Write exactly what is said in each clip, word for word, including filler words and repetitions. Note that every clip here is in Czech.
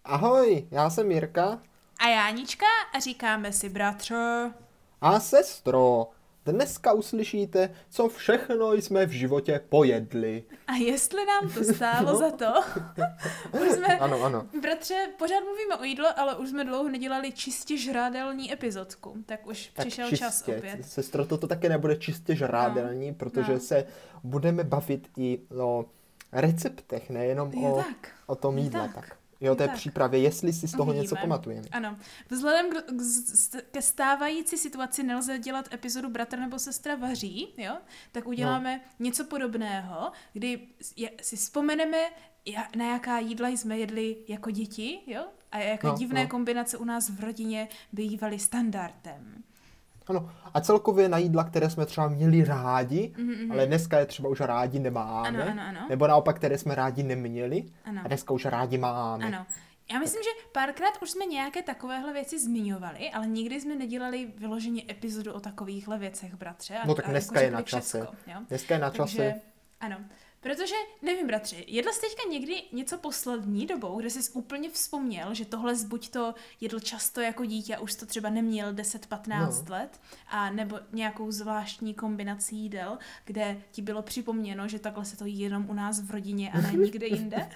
Ahoj, já jsem Jirka. A Jánička a říkáme si bratře. A sestro, dneska uslyšíte, co všechno jsme v životě pojedli. A jestli nám to stálo no. za to, už jsme, ano, ano. bratře, pořád mluvíme o jídle, ale už jsme dlouho nedělali čistě žrádelní epizodku, tak už tak přišel čistě. čas opět. Sestro, toto také nebude čistě žrádelní, no. protože no. se budeme bavit i o receptech, nejenom o, o tom jídle. Tak. tak. Jo, té tak. přípravě, jestli si z toho Uvidíme. něco pamatujeme. Ano. Vzhledem k, k, ke stávající situaci nelze dělat epizodu Bratr nebo sestra vaří, jo? Tak uděláme no. něco podobného, kdy si vzpomeneme, na jaká jídla jsme jedli jako děti, jo? A jaké no, divné no. kombinace u nás v rodině bývaly standardem. Ano, a celkově na jídla, které jsme třeba měli rádi, mm-hmm. ale dneska je třeba už rádi nemáme, ano, ano, ano. nebo naopak, které jsme rádi neměli ano. a dneska už rádi máme. Ano. Já myslím, že párkrát už jsme nějaké takovéhle věci zmiňovali, ale nikdy jsme nedělali vyloženě epizodu o takovýchhle věcech, bratře. A, no tak dneska jako je na čase. Všecko, jo? Dneska je na Takže, čase. Ano. Protože, nevím, bratři, jedl jsi teďka někdy něco poslední dobou, kde jsi úplně vzpomněl, že tohle buď to jedl často jako dítě a už to třeba neměl deset patnáct no. let, a nebo nějakou zvláštní kombinaci jídel, kde ti bylo připomněno, že takhle se to jí jenom u nás v rodině a ne nikde jinde?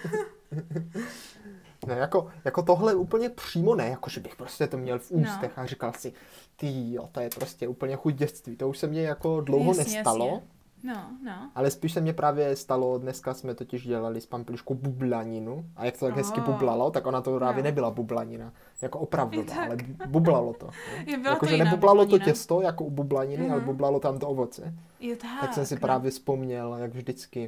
Ne, jako, jako tohle úplně přímo ne, jako že bych prostě to měl v ústech no. a říkal si, ty jo, to je prostě úplně chuť dětství, to už se mně jako dlouho jasně, nestalo. Jasně. No, no. Ale spíš se mně právě stalo, dneska jsme totiž dělali s pampeliškou bublaninu a jak to tak hezky oh. bublalo, tak ona to právě no. nebyla bublanina, jako opravdová, ale bublalo to. Jakože nebublalo bublanina. To těsto jako u bublaniny, uh-huh. ale bublalo tam to ovoce. Je tak, tak jsem si no. právě vzpomněl, jak vždycky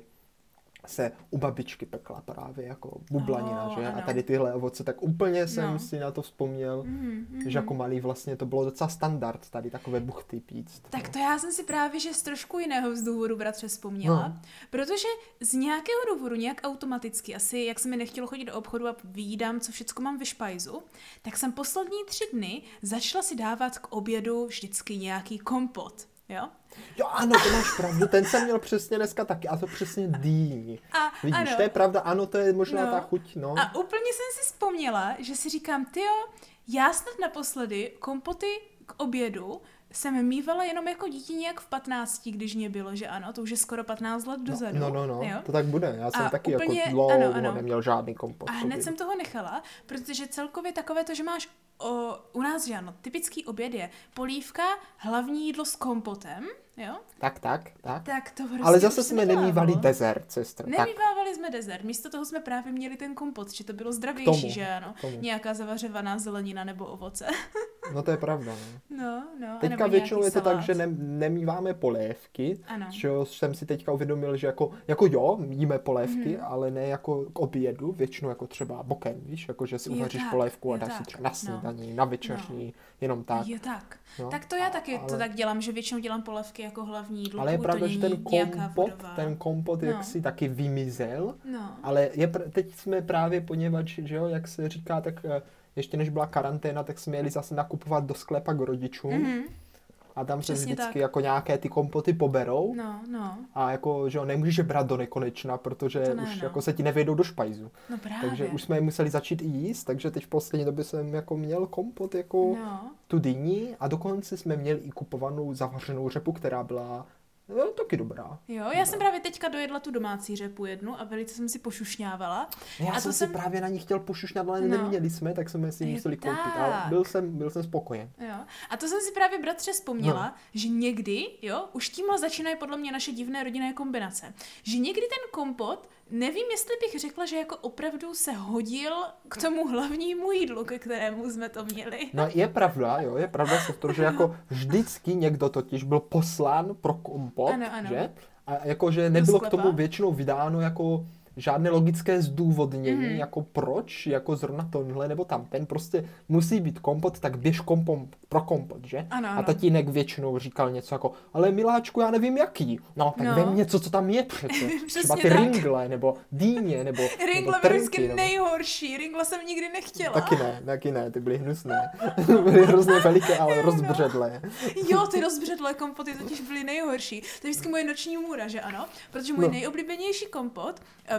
se u babičky pekla právě jako bublanina, oh, že? Ano. A tady tyhle ovoce, tak úplně jsem no. si na to vzpomněl, mm, mm. že jako malý vlastně to bylo docela standard tady takové buchty pít. Tak to já jsem si právě, že z trošku jiného z důvodu, bratře, vzpomněla, no. protože z nějakého důvodu, nějak automaticky, asi jak se mi nechtělo chodit do obchodu a vyjídám, co všecko mám ve špajzu, tak jsem poslední tři dny začala si dávat k obědu vždycky nějaký kompot. Jo? Jo, ano, to máš pravdu, ten jsem měl přesně dneska taky, a to přesně dýní. A, Vidíš, ano. to je pravda, ano, to je možná no. ta chuť, no. A úplně jsem si vzpomněla, že si říkám, tyjo, já snad naposledy kompoty k obědu jsem mývala jenom jako dítě nějak v patnácti, když mě bylo, že ano, to už je skoro patnáct let dozadu. No, no, no, jo? to tak bude, já jsem a taky úplně, jako dlouho ano, ano. neměl žádný kompot. A hned jsem toho nechala, protože celkově takové to, že máš o, u nás, že ano, typický oběd je polívka, hlavní jídlo s kompotem, jo? Tak, tak, tak. tak to prostě ale zase jsme nemývali dezert, sestro. Nemývávali tak. jsme dezert, místo toho jsme právě měli ten kompot, že to bylo zdravější, tomu, že ano, nějaká zavařovaná zelenina nebo ovoce. No to je pravda, no. No, no. Teďka většinou je to tak, že ne, nemýváme polévky, ano. že jsem si teďka uvědomil, že jako, jako jo, jíme polévky, mm-hmm. ale ne jako k obědu, většinou jako třeba bokem, víš, jako že si uvaříš tak, polévku a dáš si třeba na snídaní, no. na večerní, no. jenom tak. Je tak. No. Tak to já taky ale... to tak dělám, že většinou dělám polévky jako hlavní jídlo. Ale je pravda, že ten kompot, ten kompot no. jak si taky vymizel, no. ale je pr- teď jsme právě poněvadž, že jo, jak se říká, tak ještě než byla karanténa, tak jsme jeli zase nakupovat do sklepa k rodičům. Mm-hmm. A tam se vždycky tak. jako nějaké ty kompoty poberou. No, no. A jako, že jo, nemůžeš je brát do nekonečna, protože ne, už no. jako se ti nevejdou do špajzu. No právě. Takže už jsme je museli začít jíst, takže teď v poslední době jsem jako měl kompot jako no. tu dyni a dokonce jsme měli i kupovanou zavařenou řepu, která byla no, taky dobrá. Jo, já jsem právě teďka dojedla tu domácí řepu jednu a velice jsem si pošušňávala. Já a jsem to si jsem... právě na ní chtěl pošušňat, ale no. neměli jsme, tak jsme si museli koupit. Ale byl jsem, byl jsem spokojen. Jo. A to jsem si právě, bratře, vzpomněla, no. že někdy, jo, už tímhle začínají podle mě naše divné rodinné kombinace, že někdy ten kompot, nevím, jestli bych řekla, že jako opravdu se hodil k tomu hlavnímu jídlu, ke kterému jsme to měli. No je pravda, jo, je pravda, že jako vždycky někdo totiž byl poslán pro kompot, ano, ano. že? A jakože nebylo k tomu většinou vydáno jako žádné logické zdůvodnění, mm-hmm. jako proč, jako zrovna tohle nebo tamten, prostě musí být kompot, tak běž kompom, pro kompot, že? Ano, ano. A tatínek většinou říkal něco jako, ale miláčku, já nevím jaký, no tak no. vem něco, co tam je přece, třeba ty tak. ringle, nebo dýně, nebo ringle byly vždycky nejhorší, ringle jsem nikdy nechtěla. Taky ne, taky ne, ty byly hnusné, byly hrozně veliké, ale rozbředlé. Jo, ty rozbředlé kompoty totiž byly nejhorší, to je vždycky moje noční můra, že ano, protože můj no. nejoblíbenější kompot,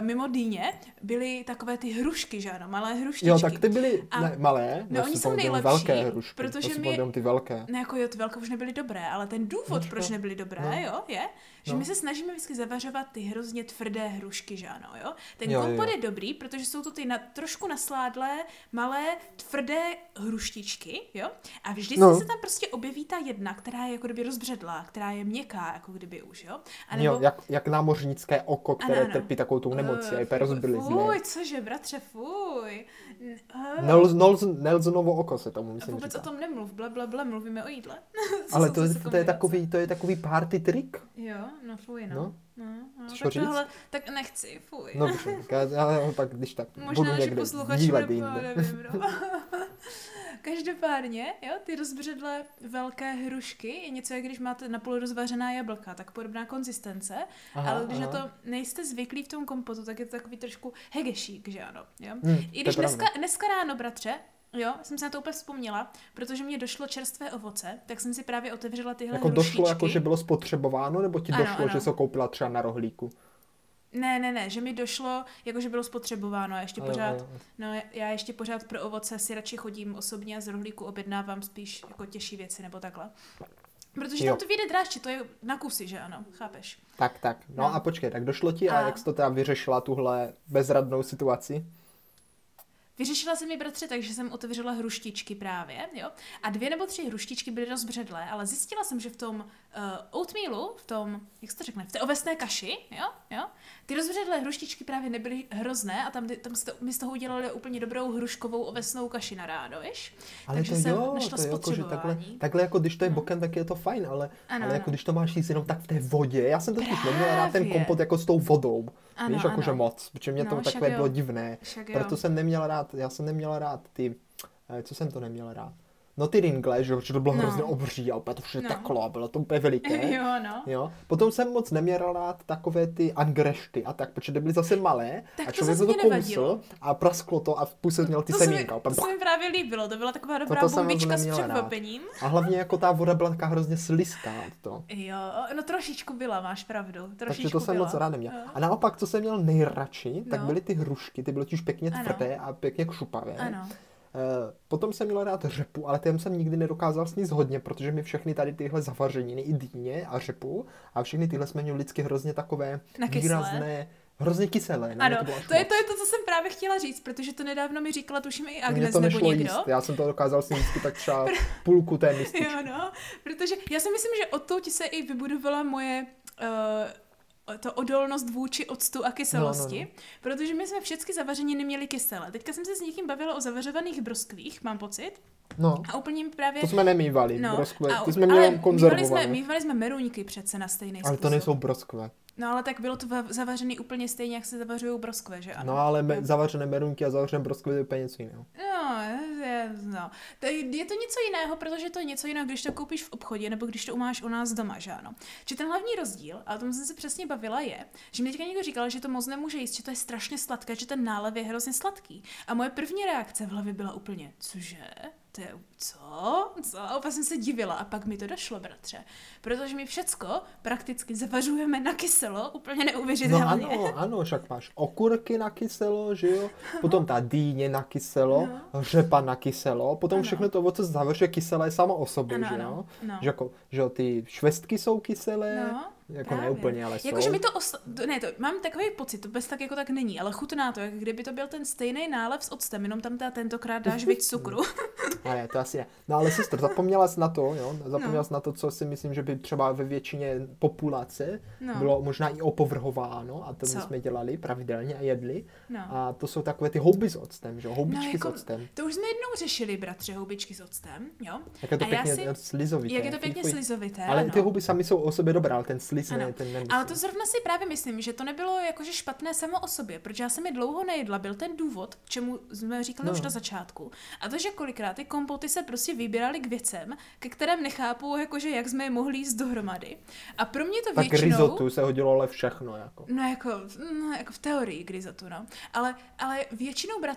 mimo dýně byly takové ty hrušky, že ano, malé hruštičky. Jo, tak ty byly a... ne, malé, no, oni jsou nejlepší, velké hrušky, protože my, ty velké. Ne, jako jo, ty velké už nebyly dobré, ale ten důvod, Nožka. proč nebyly dobré, no. jo, je, že no. my se snažíme vždycky zavařovat ty hrozně tvrdé hrušky, že ano, jo. Ten jo, kompot jo, jo. je dobrý, protože jsou to ty na, trošku nasládlé, malé, tvrdé hruštičky, jo, a vždycky no. se tam prostě objeví ta jedna, která je jako kdyby rozbředlá, která je měkká, jako kdyby už, jo. A nebo... Jo, jak, jak námořnické oko, které ano, ano. trpí takovou tou nemocí uh, a je rozbylizlé. Fuj, cože, bratře, fuj. Uh. Nelz, Nelsonovo oko se tomu myslím a vůbec říká. o tom nemluv, ble, ble, ble, mluvíme o jídle. Ale to, to, to, je takový, to je takový party trik. Jo, no fuj, no. no. No, no, tak, tohle, tak nechci, fuj. No dobře, ale pak když tak možná, budu někde dílet jinde. Nevím, no. Každopádně, jo, ty rozbředlé velké hrušky je něco, jak když máte napůl rozvařená jablka, tak podobná konzistence, aha, ale když aha. na to nejste zvyklí v tom kompotu, tak je to takový trošku hegešík, že ano, jo. Hmm, I když dneska, dneska ráno, bratře, jo, jsem se na to úplně vzpomněla, protože mě došlo čerstvé ovoce, tak jsem si právě otevřela tyhle jako hruštičky. Došlo, jako že bylo spotřebováno, nebo ti ano, došlo, ano. že se koupila třeba na rohlíku? Ne, ne, ne, že mi došlo, jako že bylo spotřebováno a ještě ale, pořád, ale. no já ještě pořád pro ovoce si radši chodím osobně a z rohlíku objednávám spíš jako těžší věci nebo takhle. Protože jo. tam to vyjde drážči, to je na kusy, že ano, chápeš? Tak, tak, no, no. a počkej, tak došlo ti a, a jak jsi to teda vyřešila tuhle bezradnou situaci? Vyřešila jsem mi, bratře, takže jsem otevřela hruštičky právě, jo. A dvě nebo tři hruštičky byly rozbředlé, ale zjistila jsem, že v tom uh, oatmealu, v tom, jak se to řekne, v té ovesné kaši, jo, jo, ty rozbředlé hruštičky právě nebyly hrozné a tam, tam to, my z toho udělali úplně dobrou hruškovou ovesnou kaši na ráno, víš? Ale takže to jsem jo, našla to je jako, že takhle, takhle jako když to je bokem, tak je to fajn, ale, ano, ale jako ano. když to máš jíst jenom tak v té vodě, já jsem totiž neměla rád ten kompot jako s tou vodou, ano, víš, jakože moc, protože mě no, to takové jo. bylo divné, však proto jo. jsem neměla rád, já jsem neměla rád ty, co jsem to neměla rád? No ty ringle, že, že to bylo no. hrozně obří a úplně to všechno no. teklo a bylo to úplně veliké. jo, no. Jo. Potom jsem moc neměla rád takové ty angrešty a tak, protože byly zase malé tak a to člověk to kousl a prasklo to a v puse měl ty to semínka. To se mi právě líbilo, to byla taková dobrá bombička s překvapením. A hlavně jako ta voda byla taková hrozně slizká. To. Jo, no trošičku byla, máš pravdu. Trošičku Takže to jsem byla. moc rád neměl. A naopak, co jsem měl nejradši, tak no. byly ty hrušky, ty byly už pěkně tvrdé a pěkně křupavé. Ano. Potom jsem měl rád řepu, ale tím jsem nikdy nedokázal sníst hodně, protože mi všechny tady tyhle zavařeniny, i dýně a řepu, a všechny tyhle jsme měli vždycky hrozně takové výrazné, hrozně kyselé. Ano, to, to, je, to je to, co jsem právě chtěla říct, protože to nedávno mi říkala, tuším i Agnes to nebo někdo. Jíst. Já jsem to dokázal sníst vždycky tak třeba půlku té mističky. Jo, no, protože já si myslím, že odtud se i vybudovala moje... Uh, to odolnost vůči octu a kyselosti, no, no, no. protože my jsme všechny zavařeniny měli kyselé. Teďka jsem se s někým bavila o zavařovaných broskvích, mám pocit. No. A úplně mi právě... To jsme nemývali, no. broskve. Ty jsme měli konzervované. Mývali jsme, mývali jsme meruňky přece na stejný způsob. Ale to nejsou broskve. No ale tak bylo to zavařený úplně stejně, jak se zavařují broskve, že ano? No ale me- zavařené meruňky a zavařené broskve je úplně něco jiného. No, je, no. To je, je to něco jiného, protože to je něco jiného, když to koupíš v obchodě, nebo když to umáš u nás doma, že ano? Či ten hlavní rozdíl, a o tom jsem se přesně bavila, je, že mi teďka někdo říkal, že to moc nemůže jíst, že to je strašně sladké, že ten nálev je hrozně sladký. A moje první reakce v hlavě byla úplně, cože? To je, co? Co? A opět jsem se divila a pak mi to došlo, bratře. Protože my všecko prakticky zavařujeme na kyselo, úplně neuvěřitelně. No ano, ano, však máš okurky na kyselo, že jo? Potom ta dýně na kyselo, no. řepa na kyselo, potom ano. všechno to ovoce zavařuje kyselé samo o sobě, ano, že jo? Ano, no. Že, jako, že jo, ty švestky jsou kyselé, no. Jako ne úplně, ale jsou. Jakože mi to, osl- ne, to, mám takový pocit, to bez tak jako tak není, ale chutná to, jak kdyby to byl ten stejný nálev s octem, jenom tam ta tentokrát dáš víc cukru. Ale to asi ne. No ale sestr, zapomněla jsi na to, jo? Zapomněla jsi no. na to, co si myslím, že by třeba ve většině populace no. bylo možná i opovrhováno a to co? my jsme dělali pravidelně a jedli. No. A to jsou takové ty houby s octem, že jo? Houbičky no, jako, s octem. To už jsme jednou řešili, bratře, houbičky s octem, jo? Jak je to a pěkně si... slizovité. Jak je to pěkně Fíj, slizovité, ale ano. ty houby sami jsou o sobě dobré, ale ten sliz ne, ten nemyslím. Ale to zrovna si právě myslím, že to nebylo jakože špatné samo o sobě, protože já jsem je dlouho nejedla, byl ten důvod, čemu jsme říkali no. už na začátku. A to, že kolikrát ty kompoty se prostě vybíraly k věcem, ke kterém nechápu, jakože jak jsme je mohli jíst dohromady. A pro mě to tak většinou... Tak risottu se hodilo ale všechno, jako. No jako, no, jako v teorii k risottu, no. Ale, ale většinou, bratře,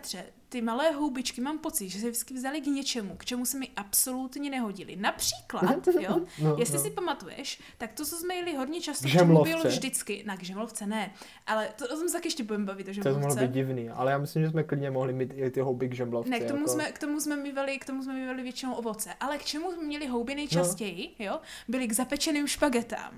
ty malé houbičky mám pocit, že se vždycky vzali k něčemu, k čemu se mi absolutně nehodili. Například, jo, no, jestli no. si pamatuješ, tak to, co jsme jeli hodně často, k čemu bylo vždycky, na k žemlovce ne, ale to o tom se taky ještě budeme bavit o žemlovce. To mohlo být divný, ale já myslím, že jsme klidně mohli mít i ty houby k žemlovce. Ne, k tomu, jako... jsme, k tomu jsme mývali, k tomu jsme mývali většinou ovoce, ale k čemu jsme měli houby nejčastěji, no. jo, byly k zapečeným špagetám.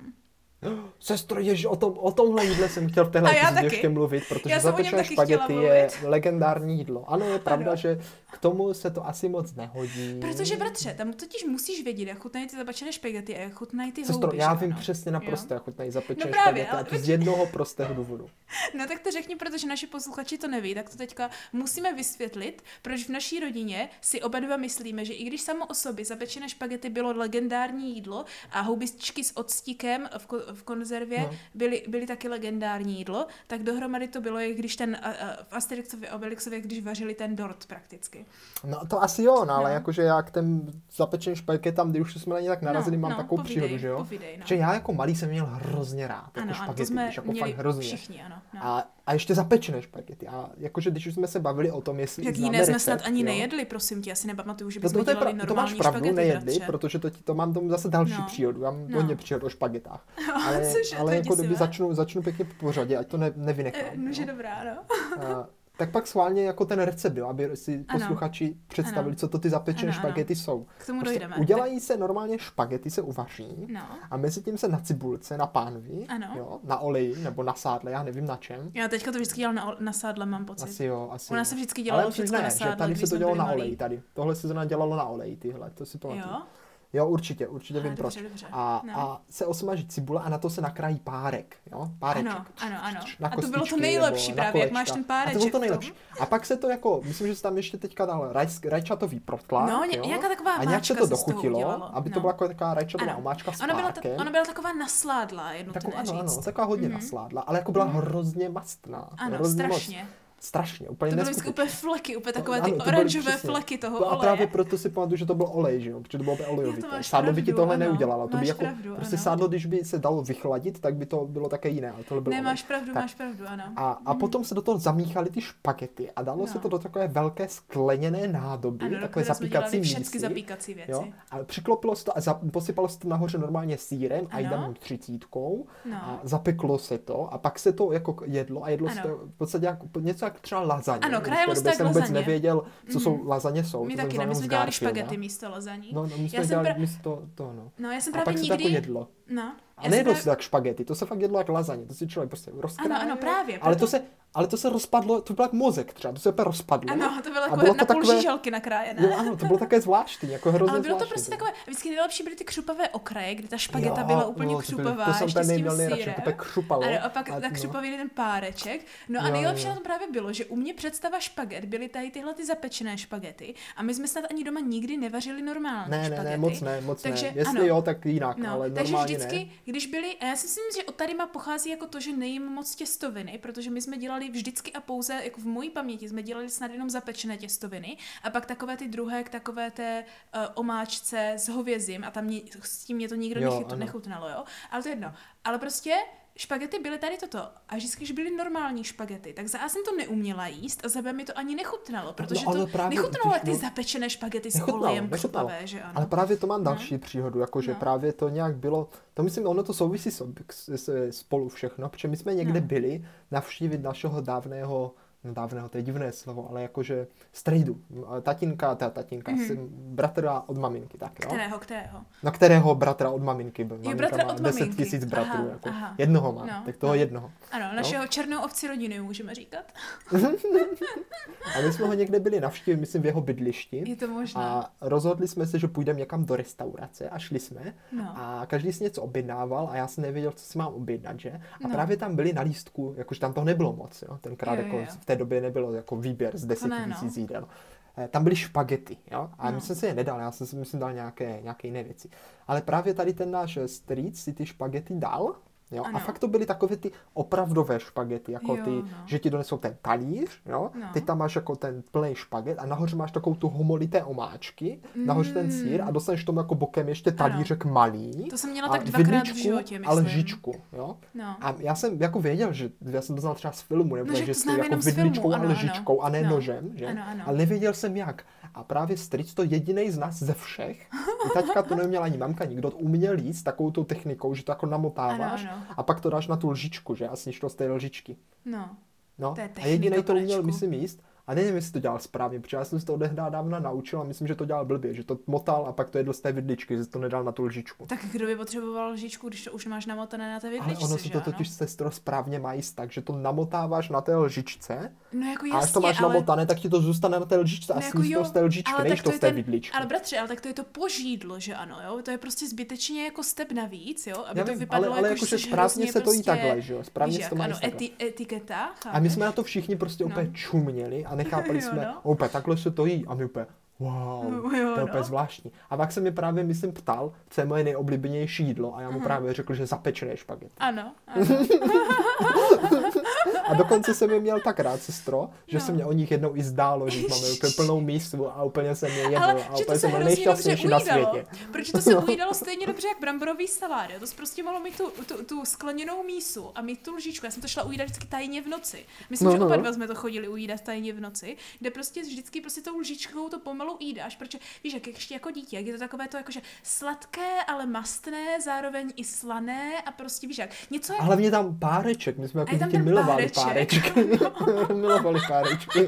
Sestro, jež, o, tom, o tomhle jídle jsem chtěl v téhle epizodě ještě mluvit, protože zapečené špagety je legendární jídlo. Ano, je pravda, ano. že k tomu se to asi moc nehodí. Protože, bratře, tam totiž musíš vědět, jak chutnají ty zapečené špagety a jak chutnají ty Sestro, houby. já vím ano. přesně naprosto, jak chutnají zapečené no špagety, ale... a to z jednoho prostého důvodu. No tak to řekni, protože naši posluchači to neví, tak to teďka musíme vysvětlit, proč v naší rodině si oba dva myslíme, že i když samo o sobě zapečené špagety bylo legendární jídlo a houbičky s octíkem v, ko- v konzervě no. byly, byly taky legendární jídlo, tak dohromady to bylo, jak když ten uh, v Asterixově a Obelixově, když vařili ten dort prakticky. No to asi jo, no, ale no. jakože já k těm zapečeným špagetám, když už jsme na ně tak narazili, no, mám no, takovou povídej, příhodu, že jo? Povídej, no. Že já jako malý jsem měl hrozně rád, jako ano, špagety, ano, to jsme jako měli fakt hrozně. Všichni, ano. No. A, a ještě zapečené špagety. A jakože když už jsme se bavili o tom, jestli jak známe jiné jsme recept, snad ani jo? nejedli, prosím tě, asi nepamatuju, že to, bychom to, to dělali pra- normální to máš pravdu, špagety, nejedli, bratře. protože to, to mám tomu zase další no. příhodu. Já mám no. hodně příhod o špagetách. Ale, Cože, ale to jako kdyby děsivé. začnu, začnu pěkně po pořadě, ať to ne, nevynechám. E, nože dobrá, no. A, tak pak schválně jako ten recept, jo, aby si ano. posluchači představili, ano. co to ty zapečené ano, špagety ano. jsou. K tomu prostě dojdeme. udělají tak... se normálně špagety, se uvaří no. a mezi tím se na cibulce, na pánvi, jo, na oleji nebo na sádle, já nevím na čem. Já teďka to vždycky dělal na, na sádle, mám pocit. Asi jo, asi U nás se vždycky dělalo všechno na sádle, tady když se to dělalo na oleji, malí. tady. Tohle se to dělalo na oleji, tyhle, to si pamatuju. Jo? Jo, určitě, určitě Aha, vím dobře, proč. dobře. A, no. a se osmaží cibule a na to se nakrájí párek, jo, páreček. Ano, ano, ano. Na a to bylo to nejlepší právě, jak máš ten páreček. A to bylo to nejlepší. A pak se to jako, myslím, že se tam ještě teďka dal raj, rajčatový protlak, no, jo? nějaká taková a nějak se to dochutilo, udělalo, aby no. to byla jako taková rajčatová omáčka s ona byla, párkem. ta, ona byla taková nasládlá, jednotné Taková, ano, říct. ano, taková hodně mm. nasládla, ale jako byla mm. hrozně mastná. Ano, hrozně strašně. Moc. Strašně, úplně to byly neskutečné. úplně fleky, úplně takové ano, ty to oranžové fleky toho oleje. oleje. A právě proto si pamatuju, že to byl olej, že jo, protože to bylo olejovité. Sádlo by ti tohle ano, neudělalo, to by jako, pravdu, prostě ano. sádlo, když by se dalo vychladit, tak by to bylo také jiné, ale tohle bylo Ne, olej. máš pravdu, tak. máš pravdu, ano. A, a mm. potom se do toho zamíchaly ty špagety a dalo no. se to do takové velké skleněné nádoby, ano, takové zapíkací mísy. všechny zapíkací věci. Jo? A přiklopilo se to a za, posypalo se to nahoře normálně sýrem a ano. jídelnou třicítkou no. a zapeklo se to a pak se to jako jedlo a jedlo ano. se to v podstatě jako, něco jak třeba lazaně. Ano, krajalo se tak jsem lazaně. vůbec nevěděl, co mm. jsou lazaně jsou. My to taky ne, my jsme dělali špagety místo lazaní. No, no my jsme já dělali pra... místo to, no. No, já jsem a právě pak nikdy... se to jako jedlo. No. A nejedlo se tak špagety, to se fakt jedlo jak lazaně, to si člověk prostě rozkráje. Ano, ano, právě. Ale proto... to se, ale to se rozpadlo, to byl jak mozek třeba, to se úplně rozpadlo. Ano, to bylo jako na půl takové... žíželky nakrájené. Jo, ano, to bylo také zvláštní, jako hrozně ale bylo zvláštní, to prostě to. takové, vždycky nejlepší byly ty křupavé okraje, kdy ta špageta jo, byla úplně no, křupová, to jsem ještě s tím sýrem. To křupalo. Ano, a pak a, tak no. křupavý ten páreček. No a jo, nejlepší jo. na tom právě bylo, že u mě představa špaget byly tady tyhle ty zapečené špagety a my jsme snad ani doma nikdy nevařili normální ne, špagety. Ne, ne, moc ne, moc takže, ne. Jestli ano. jo, tak jinak, no, ale takže normálně vždycky, ne. když byli, a já si myslím, že od tady má pochází jako to, že nejím moc těstoviny, protože my jsme dělali vždycky a pouze, jako v mojí paměti, jsme dělali snad jenom zapečené těstoviny a pak takové ty druhé k takové té uh, omáčce s hovězím a tam mě, s tím mě to nikdo jo, nechyt, nechutnalo, jo? Ale to je jedno. Ale prostě špagety byly tady toto. A vždycky, když byly normální špagety, tak za A jsem to neuměla jíst a za B mi to ani nechutnalo, protože no, to právě, nechutnalo když, ty no, zapečené špagety s nechutnalo, olejem nechutnalo. křupavé, že ano. Ale právě to mám no. další příhodu, jakože no. právě to nějak bylo, to myslím, ono to souvisí s, s, spolu všechno, protože my jsme někde no. byli navštívit našeho dávného No dávného, to je divné slovo, ale jakože strejdu, tatínka, ta tatínka, mm-hmm. bratra od maminky, tak jo? Kterého, kterého? No kterého bratra od maminky, maminka bratra má od deset tisíc bratrů, aha, jako. aha. Jednoho má, no, tak toho no. jednoho. Ano, našeho no? černou ovci rodiny můžeme říkat. A my jsme ho někde byli navštívit, myslím v jeho bydlišti. Je to možné. A rozhodli jsme se, že půjdeme někam do restaurace a šli jsme no. a každý si něco objednával a já jsem nevěděl, co si mám objednat, že? A no. právě tam byli na lístku, jakože tam toho nebylo moc, jo? Tenkrát jo, jako jo. v té době nebylo jako výběr z deseti tisíc no. jídel. Tam byly špagety, jo? A no. my jsme si je nedal, já jsem si myslím dal nějaké, nějaké jiné věci. Ale právě tady ten náš strýc si ty špagety dal Jo? A fakt to byly takové ty opravdové špagety, jako jo, ty, no. že ti donesou ten talíř, jo? No. Teď tam máš jako ten plný špaget a nahoře máš takovou tu homolité omáčky, mm. nahoře ten sýr a dostaneš tomu jako bokem ještě talířek ano. malý. To jsem měla tak dvakrát v životě, myslím. Ale lžičku, jo? No. A já jsem jako věděl, že já jsem to znal třeba z filmu, nebo no, že, že jsi jako vidličkou a lžičkou a ne no. nožem, že? Ano, ano. Ale nevěděl jsem jak. A právě stric to jedinej z nás ze všech, i taťka to neměla ani mamka, nikdo uměl jíst takovou tou technikou, že to jako namotáváš ano, ano. a pak to dáš na tu lžičku, že? A sníš to z té lžičky. No. No. A jedinej to uměl, myslím, jíst. A nevím, jestli to dělal správně, protože já jsem se to odehrávna naučil a myslím, že to dělal blbě, že to motal a pak to jedl z té vidličky, že to nedal na tu lžičku. Tak kdo by potřeboval lžičku, když to už máš namotané na té vidličce, ale ono se to totiž sestro správně má jíst tak, že to namotáváš na té lžičce. No jako jasně, a až to máš ale... namotané, tak ti to zůstane na té lžičce no a sníš to z té lžičky, než to z té ten... vidličky. Ale bratře, ale tak to je to požídlo, že ano, jo? To je prostě zbytečně jako step navíc, jo? Aby já to vím, vypadalo ale, ale jako, že správně se to jí takhle, že jo? Správně se to má ano, eti- etiketa. A my jsme na to všichni prostě úplně čuměli a nechápali jsme, úplně takhle se to jí a my úplně wow, jo, to je no. úplně zvláštní. A pak se mi právě, myslím, ptal, co je moje nejoblíbenější jídlo a já mu Aha. právě řekl, že zapečené špagety. Ano, ano. A dokonce jsem je měl tak rád, sestro, že no. se mě o nich jednou i zdálo, že máme úplně plnou mísu a úplně jsem je jedl ale, a úplně jsem byl nejšťastnější na světě. Protože to se ujídalo stejně dobře jak bramborový salát. To prostě mohlo mít tu, tu, tu skleněnou mísu a mít tu lžičku. Já jsem to šla ujídat vždycky tajně v noci. Myslím, no, že no. oba dva jsme to chodili ujídat tajně v noci, kde prostě vždycky prostě tou lžičkou to pomalu jídáš, protože víš, jak ještě jako dítě, jak je to takové to jakože sladké, ale mastné, zároveň i slané a prostě víš jak, něco jak... A hlavně tam páreček, my jsme jako dítě milovali páreček. párečky. milovali párečky.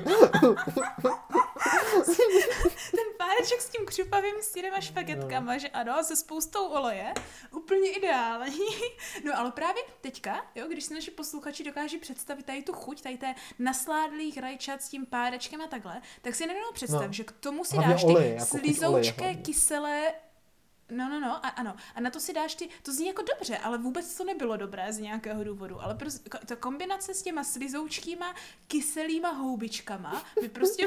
Ten páreček s tím křupavým syrem a špagetkama, no. že ano, se spoustou oleje, úplně ideální. No ale právě teďka, jo, když si naši posluchači dokáží představit tady tu chuť, tady té nasládlých rajčat s tím párečkem a takhle, tak si nevěděl představ, no. že k tomu si hlavně dáš ty oleje, jako slizoučké, oleje, kyselé. No, no, no, a, ano. A na to si dáš ty, to zní jako dobře, ale vůbec to nebylo dobré z nějakého důvodu, ale prostě ta kombinace s těma slizoučkýma, kyselýma houbičkama by prostě...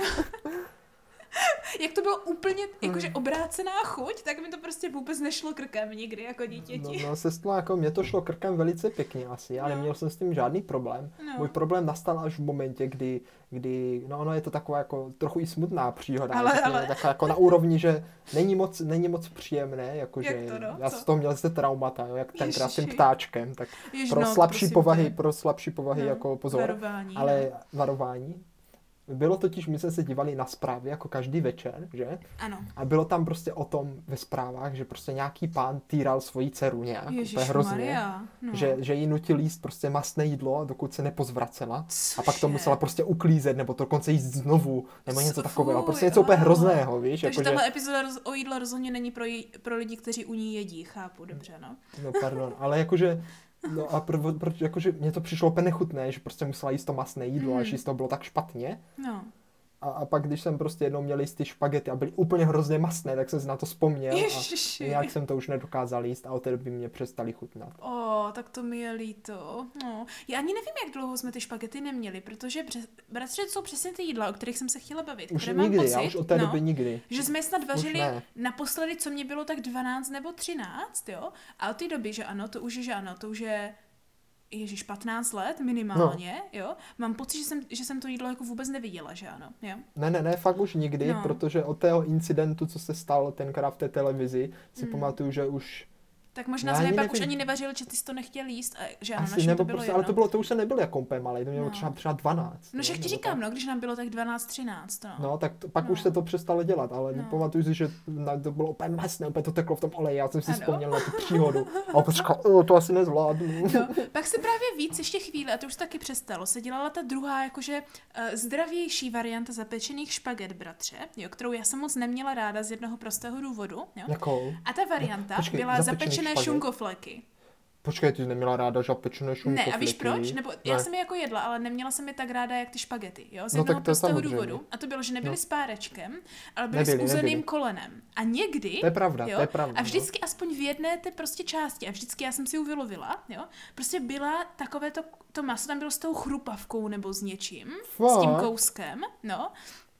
Jak to bylo úplně jakože obrácená chuť, tak mi to prostě vůbec nešlo krkem nikdy jako dítěti. No, no sestro, jako mě to šlo krkem velice pěkně asi, ale no. neměl jsem s tím žádný problém. No. Můj problém nastal až v momentě, kdy, kdy no ono je to taková jako trochu i smutná příhoda, ale, ale... taková jako na úrovni, že není moc, není moc příjemné, jakože jak to, no? já Co? z toho měl zde traumata, jo, jak tenkrát s tím ptáčkem, tak Jež, pro no, slabší povahy, pro slabší povahy no, jako pozor, varování, ale no. varování. Bylo totiž, my jsme se dívali na zprávy jako každý večer, že? Ano. A bylo tam prostě o tom ve zprávách, že prostě nějaký pán týral svoji dceru nějak, to je hrozně, no. že, že jí nutil jíst prostě mastné jídlo, dokud se nepozvracela. Cože? A pak to musela prostě uklízet, nebo to dokonce jíst znovu, nebo něco Co? takového. Prostě Fuj, něco úplně ale... hrozného, víš? Takže jako, tahle že... epizoda roz... o jídle rozhodně není pro, jí... pro lidi, kteří u ní jedí, chápu, dobře, no. No pardon, ale jakože no a pro, pro, jakože mně to přišlo úplně nechutné, že prostě musela jíst to mastné jídlo, mm. až jí z toho bylo tak špatně. No. A, a pak, když jsem prostě jednou měl jíst ty špagety a byly úplně hrozně mastné, tak jsem si na to vzpomněl Ježiši. a nějak jsem to už nedokázal jíst a od té doby mě přestali chutnat. O, tak to mi je líto. No. Já ani nevím, jak dlouho jsme ty špagety neměli, protože přes... bratře, jsou přesně ty jídla, o kterých jsem se chtěla bavit. Už nikdy, mám pocit, já už od té no, doby nikdy. Že jsme snad vařili naposledy, co mě bylo tak dvanáct nebo třináct, jo? A od té doby, že ano, to už je, že ano, to už je Ježíš, patnáct let minimálně, no. jo? Mám pocit, že jsem, že jsem to jídlo jako vůbec neviděla, že ano, jo? Ne, ne, ne, fakt už nikdy, no. protože od tého incidentu, co se stalo tenkrát v té televizi, si mm. pamatuju, že už... Tak možná jsme pak už ani nevařili, že ty jsi to nechtěl jíst, a že ano, Asi, nebo to bylo prostě, ale to bylo, to už se nebylo jako úplně malé, to mělo no. třeba, třeba dvanáct. No, že ti říkám, tak... no, když nám bylo tak dvanáct třináct, no. No, tak to, pak no. už se to přestalo dělat, ale no. pamatuju si, že to bylo úplně masné, úplně to teklo v tom oleji, já jsem si ano. vzpomněl na tu příhodu a opět říkal, o, to asi nezvládnu. No, pak se právě víc ještě chvíli, a to už taky přestalo, se dělala ta druhá, jakože uh, zdravější varianta zapečených špaget, bratře, jo, kterou já jsem moc neměla ráda z jednoho prostého důvodu, jo. Jakou? A ta varianta Počkej, byla zapečené špaget? šunkofleky. Počkej, ty jsi neměla ráda zapečené šunkofleky? Ne, a víš proč? Nebo já ne. jsem je jako jedla, ale neměla jsem je tak ráda, jak ty špagety, jo? Z no, jednoho prostého to důvodu. A to bylo, že nebyly no. s párečkem, ale byly nebyli, s uzeným nebyli. kolenem. A někdy, to je pravda, jo? To je pravda, a vždycky no. aspoň v jedné té prostě části, a vždycky já jsem si ji vylovila, jo? Prostě byla takové to, to maso, tam bylo s tou chrupavkou nebo s něčím, Fakt? s tím kouskem, no.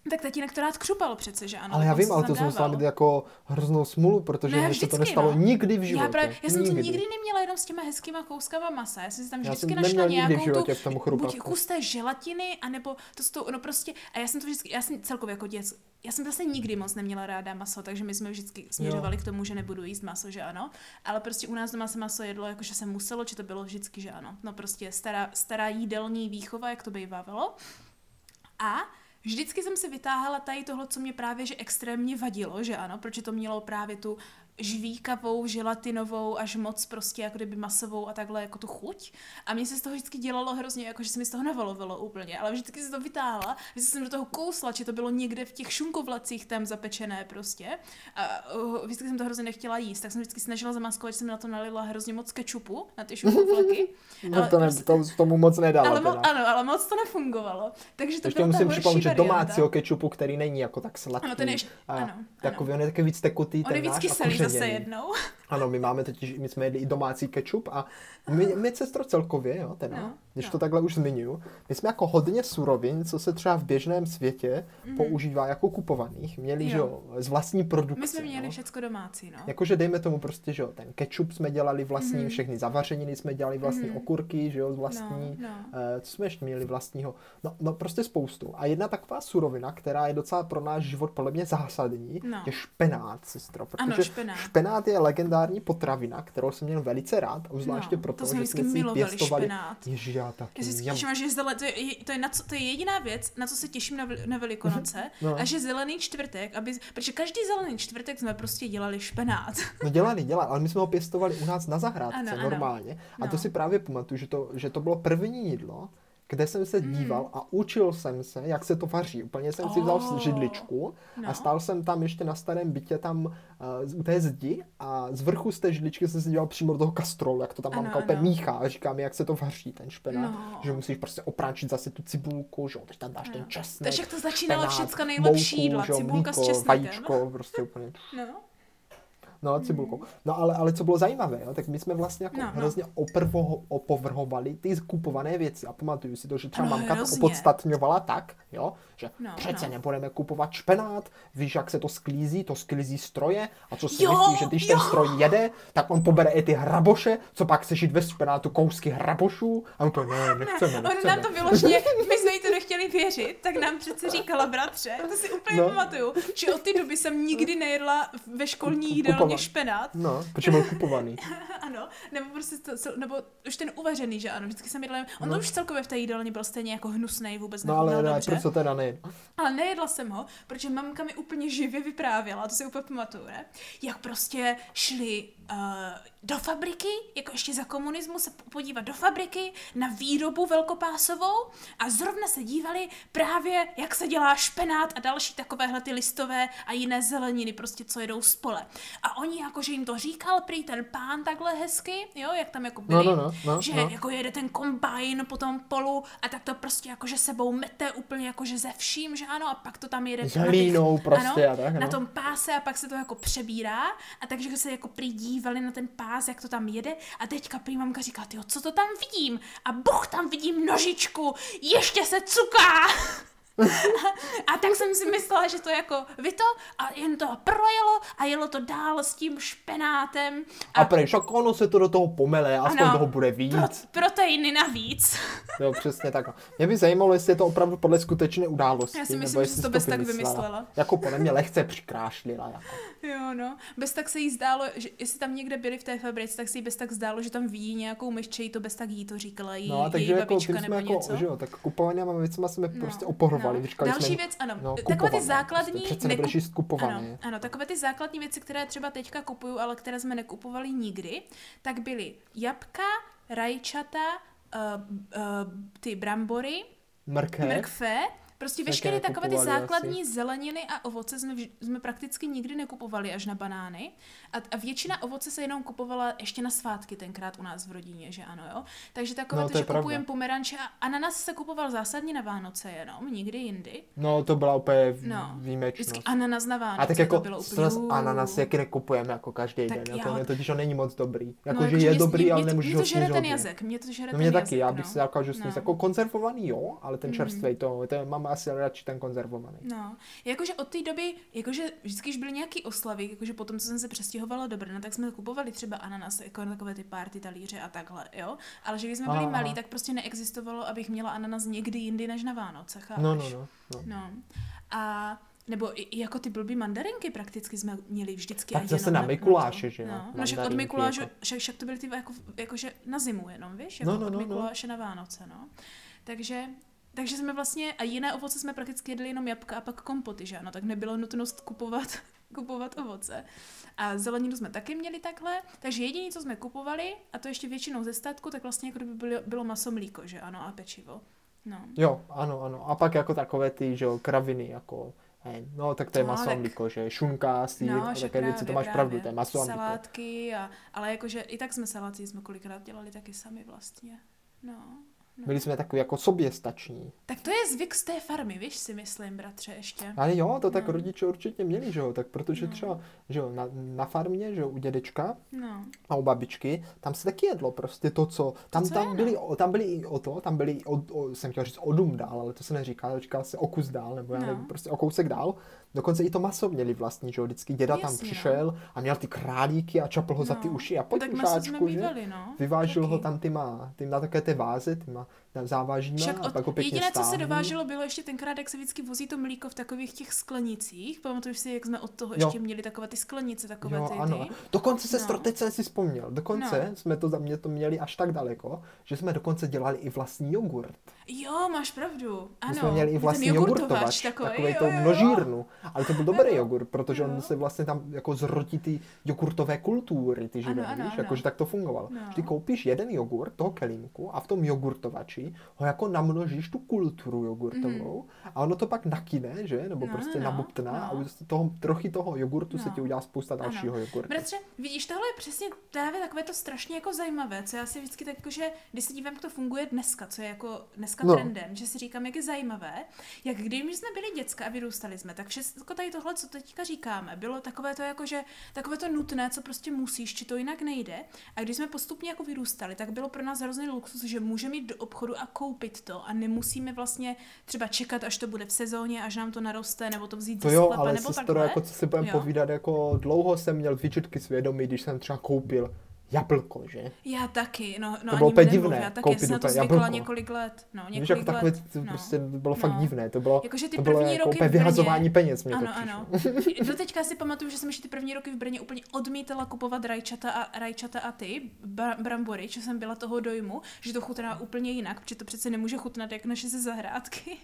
Tak tatínek to rád křupal přece, že ano. Ale já vím, ale to jsem musela mít jako hroznou smůlu, protože ne, mně se to nestalo no. nikdy v životě. Já, právě, já jsem nikdy. to nikdy neměla jenom s těma hezkýma kouskama masa. Já jsem si tam já vždycky jsem našla nějakou tu buď kus té želatiny, anebo to s tou, no prostě, a já jsem to vždycky, já jsem celkově jako děc, já jsem vlastně nikdy moc neměla ráda maso, takže my jsme vždycky směřovali jo. k tomu, že nebudu jíst maso, že ano. Ale prostě u nás doma se maso jedlo, jakože se muselo, či to bylo vždycky, že ano. No prostě stará, stará jídelní výchova, jak to bývávalo. A vždycky jsem si vytáhala tady tohle, co mě právě že extrémně vadilo, že ano, protože to mělo právě tu žvíkavou, želatinovou, až moc prostě jako kdyby masovou a takhle jako tu chuť. A mně se z toho vždycky dělalo hrozně, jako že se mi z toho navalovalo úplně, ale vždycky si to vytáhla, vždycky jsem do toho kousla, že to bylo někde v těch šunkovlacích tam zapečené prostě. A uh, vždycky jsem to hrozně nechtěla jíst, tak jsem vždycky snažila zamaskovat, že jsem na to nalila hrozně moc kečupu, na ty šunkovlaky. No ale to ne, prostě, to, tomu moc nedalo. Ale mo- ano, ale moc to nefungovalo. Takže to ještě byla musím ta připomenout, že varianta. domácího kečupu, který není jako tak sladký. Ano, ten je, ano, takový, on je taky víc tekutý, ten náš a zase jednou. Ano, my máme totiž, my jsme jedli i domácí kečup a my, my sestro celkově, jo, teda, no, když no. to takhle už zmiňuju, my jsme jako hodně surovin, co se třeba v běžném světě mm. používá jako kupovaných, měli, jo. že jo, z vlastní produkce. My jsme měli no. všecko domácí, no. Jakože dejme tomu prostě, že jo, ten kečup jsme dělali vlastní, mm. všechny zavařeniny jsme dělali vlastní, mm. okurky, že jo, z vlastní, no, no. Uh, co jsme ještě měli vlastního, no, no prostě spoustu. A jedna taková surovina, která je docela pro náš život podle mě zásadní, no. je špenát, sestro, protože ano, špenát. špenát je legendární potravina, kterou jsem měl velice rád, obzvláště no, proto, to že jsme si pěstovali. Ježiš, já taky. Já si těším, že zele, to, je, to, je na co, to je jediná věc, na co se těším na, na Velikonoce, no. a že zelený čtvrtek, aby, protože každý zelený čtvrtek jsme prostě dělali špenát. No dělali, dělali, ale my jsme ho pěstovali u nás na zahrádce ano, normálně. Ano. A no. to si právě pamatuju, že to, že to bylo první jídlo, kde jsem se díval mm. a učil jsem se, jak se to vaří. Úplně jsem oh. si vzal židličku no. a stál jsem tam ještě na starém bytě tam uh, u té zdi a z vrchu z té židličky jsem se díval přímo do toho kastrolu, jak to tam mamka opět míchá a říká mi, jak se to vaří, ten špenát. No. Že musíš prostě opráčit zase tu cibulku, že teď tam dáš no. ten česnek. Takže jak to začínalo všechno nejlepší jídla, cibulka s česnekem. Vajíčko, prostě úplně. No. No, cibulkou. No ale, ale co bylo zajímavé, jo, tak my jsme vlastně jako no, hrozně no. oprvo, opovrhovali ty kupované věci. A pamatuju si to, že třeba ano, mamka hrozně. to opodstatňovala tak, jo, že no, přece no. nebudeme kupovat špenát, víš, jak se to sklízí, to sklízí stroje a co si jo, myslíš, že když jo. ten stroj jede, tak on pobere i ty hraboše, co pak chceš jít ve špenátu kousky hrabošů a úplně ne, nechceme, ne. nechceme. On nám to vyložně, my jsme jí to nechtěli věřit, tak nám přece říkala bratře, to si úplně no. pamatuju, že od té doby jsem nikdy nejedla ve školní jídelně špenát. No, protože byl kupovaný. Ano, nebo prostě to, nebo už ten uvařený, že ano, vždycky jsem jedla, on no. to už celkově v té jídelně byl stejně jako hnusnej, vůbec no, ale nebyl ne, dobře. proč to teda nejedla? Ale nejedla jsem ho, protože mamka mi úplně živě vyprávěla, to si úplně pamatuju, ne? Jak prostě šli uh, do fabriky, jako ještě za komunismu se podívat do fabriky na výrobu velkopásovou a zrovna se dívali právě, jak se dělá špenát a další takovéhle ty listové a jiné zeleniny, prostě co jedou z pole. A oni jakože jim to říkal prý ten pán takhle hezky, jo, jak tam jako byli, no, no, no, no, že no. jako jede ten kombajn po tom polu a tak to prostě jakože sebou mete úplně jakože ze vším, že ano, a pak to tam jede Hlínou prostě ano, a tak, no. na tom páse a pak se to jako přebírá a takže se jako prý dívali na ten pás, jak to tam jede a teďka prý mamka říká, tyjo, co to tam vidím? A buch, tam vidím nožičku, ještě se cuká! A tak jsem si myslela, že to jako vyto a jen to projelo a jelo to dál s tím špenátem. A, a prej, však ono se to do toho pomele a z toho bude víc. Pro, proteiny navíc. Jo, přesně tak. Mě by zajímalo, jestli je to opravdu podle skutečné události. Já si myslím, že jsi to bez tak vymyslela. Jako podle mě lehce přikrášlila. Jako. Jo, no. Bez tak se jí zdálo, že jestli tam někde byli v té fabrice, tak se jí bez tak zdálo, že tam vidí nějakou myšče, to bez tak jí to říkala jí, no, její jako, babička nebo jako, něco. Že jo, tak kupovanými věcmi jsme no, prostě oporovali. No. Další jsme, věc, ano. No, takové ty základní... Prostě, přece nebudeš jíst kupované. Ano, ano, takové ty základní věci, které třeba teďka kupuju, ale které jsme nekupovali nikdy, tak byly jabka, rajčata, uh, uh, ty brambory, mrkev, mrkve, prostě veškeré takové ty základní asi. zeleniny a ovoce jsme, vž- jsme prakticky nikdy nekupovali až na banány. A, a většina ovoce se jenom kupovala ještě na svátky tenkrát u nás v rodině, že ano, jo. Takže takové no, to, to že kupujeme pomeranče a ananas se kupoval zásadně na Vánoce jenom, nikdy jindy. No, to byla úplně no, výjimečnost. Vždycky ananas na Vánoce, a tak jako to bylo úplně... ananas jaký nekupujeme jako každý tak den, to totiž on není moc dobrý. Jako, no, že je mě, dobrý, mě, ale nemůžeš ho sníst hodně. Mě to žere ten jazyk, mě to žere no, ten mě jazyk, taky, já bych no. si říkal, že sníst no. jako konzervovaný, jo, ale ten čerstvej, to, to mám mám asi radši ten konzervovaný. No, jakože od té doby, jakože vždycky, když byly nějaký oslavy, jakože potom, co jsem se přestěhovala do Brna, tak jsme kupovali třeba ananas, jako takové ty party talíře a takhle, jo. Ale že když jsme byli aha, malí, aha. tak prostě neexistovalo, abych měla ananas někdy jindy než na Vánoce, chápeš? No, no, no, no. no. A nebo i jako ty blbý mandarinky prakticky jsme měli vždycky. Tak zase na Mikuláše, že jo? No, no však od Mikuláše, jako... však, však to byly ty jako, jakože na zimu jenom, víš? Jako no, no, od Mikuláše no. na Vánoce, no. Takže, takže jsme vlastně, a jiné ovoce jsme prakticky jedli jenom jabka a pak kompoty, že ano? Tak nebylo nutnost kupovat, kupovat ovoce. A zeleninu jsme taky měli takhle, takže jediné, co jsme kupovali, a to ještě většinou ze statku, tak vlastně jako by bylo, bylo maso, mlíko, že ano, a pečivo. No. Jo, ano, ano. A pak jako takové ty, že jo, kraviny, jako... Hej, no tak to je no, maso a mlíko, že šunka, sýr, no, a také věci, to máš právě. Pravdu, to je maso a mlíko. Salátky, a, ale jakože i tak jsme saláty jsme kolikrát dělali taky sami vlastně, no. No. Byli jsme takový jako soběstační. Tak to je zvyk z té farmy, víš, si myslím, bratře, ještě. Ale jo, to tak no. rodiče určitě měli, že jo, tak protože no. třeba, že jo, na, na farmě, že jo, u dědečka no. a u babičky, tam se taky jedlo prostě to, co, tam, to, co tam, byli, no. tam byli i o to, tam byli i o, o, jsem chtěl říct o dům dál, ale to se neříká, říká se o kus dál, nebo já no. nevím, prostě o kousek dál. Dokonce i to maso měli vlastní, že jo, vždycky děda Jasně, tam přišel no. a měl ty králíky a čapl ho no. za ty uši a pojď no, ušáčku, že? Bývali, no. Vyvážil taky. ho tam tyma, tyma také té váze, tyma závažíma a pak ho pěkně jediné, stáhnu. co se dováželo, bylo ještě tenkrát, jak se vždycky vozí to mlíko v takových těch sklenicích. Pamatuješ si, jak jsme od toho jo. ještě měli takové ty sklenice, takové jo, ty, ano. ty. Dokonce se no. teď jsem si vzpomněl, dokonce no. jsme to za mě to měli až tak daleko, že jsme dokonce dělali i vlastní jogurt. Jo, máš pravdu, ano. My jsme měli i vlastní jogurtovač, takový, takový jo, to množírnu, ale to byl dobrý jogurt, protože jo. on se vlastně tam jako zrodí ty jogurtové kultury, ty živé, víš, jakože tak to fungovalo. No. Ty koupíš jeden jogurt, toho kelímku a v tom jogurtovači ho jako namnožíš tu kulturu jogurtovou mm. a ono to pak nakyne, že, nebo no, prostě no, nabubtná no. a už toho, trochy toho jogurtu no. se ti udělá spousta dalšího ano. jogurtu. Bratře, vidíš, tohle je přesně právě takové to strašně jako zajímavé, co já si vždycky tak jakože, když se dívám, jak to funguje dneska, co je jako dneska no. trendem, že si říkám, jak je zajímavé, jak když jsme byli děcka a vyrůstali jsme, tak všechno tady tohle, co teďka říkáme, bylo takové to jako, že takové to nutné, co prostě musíš, či to jinak nejde. A když jsme postupně jako vyrůstali, tak bylo pro nás hrozný luxus, že můžeme jít do obchodu a koupit to a nemusíme vlastně třeba čekat, až to bude v sezóně, až nám to naroste, nebo to vzít to ze jo, sklepa, ale nebo sestro, takhle. Jako co si budeme povídat, jako dlouho jsem měl výčitky svědomí, když jsem třeba koupil jablko, že? Já taky, no, no to bylo ani divné, já taky jsem na to zvykla několik let. No, několik Víš, jako takové, to no. prostě bylo no. fakt divné, to bylo, jako, to bylo jako úplně vyhazování peněz mě ano, to ano. Do teďka si pamatuju, že jsem ještě ty první roky v Brně úplně odmítala kupovat rajčata a, rajčata a ty bra, brambory, že jsem byla toho dojmu, že to chutná úplně jinak, protože to přece nemůže chutnat jak naše ze zahrádky.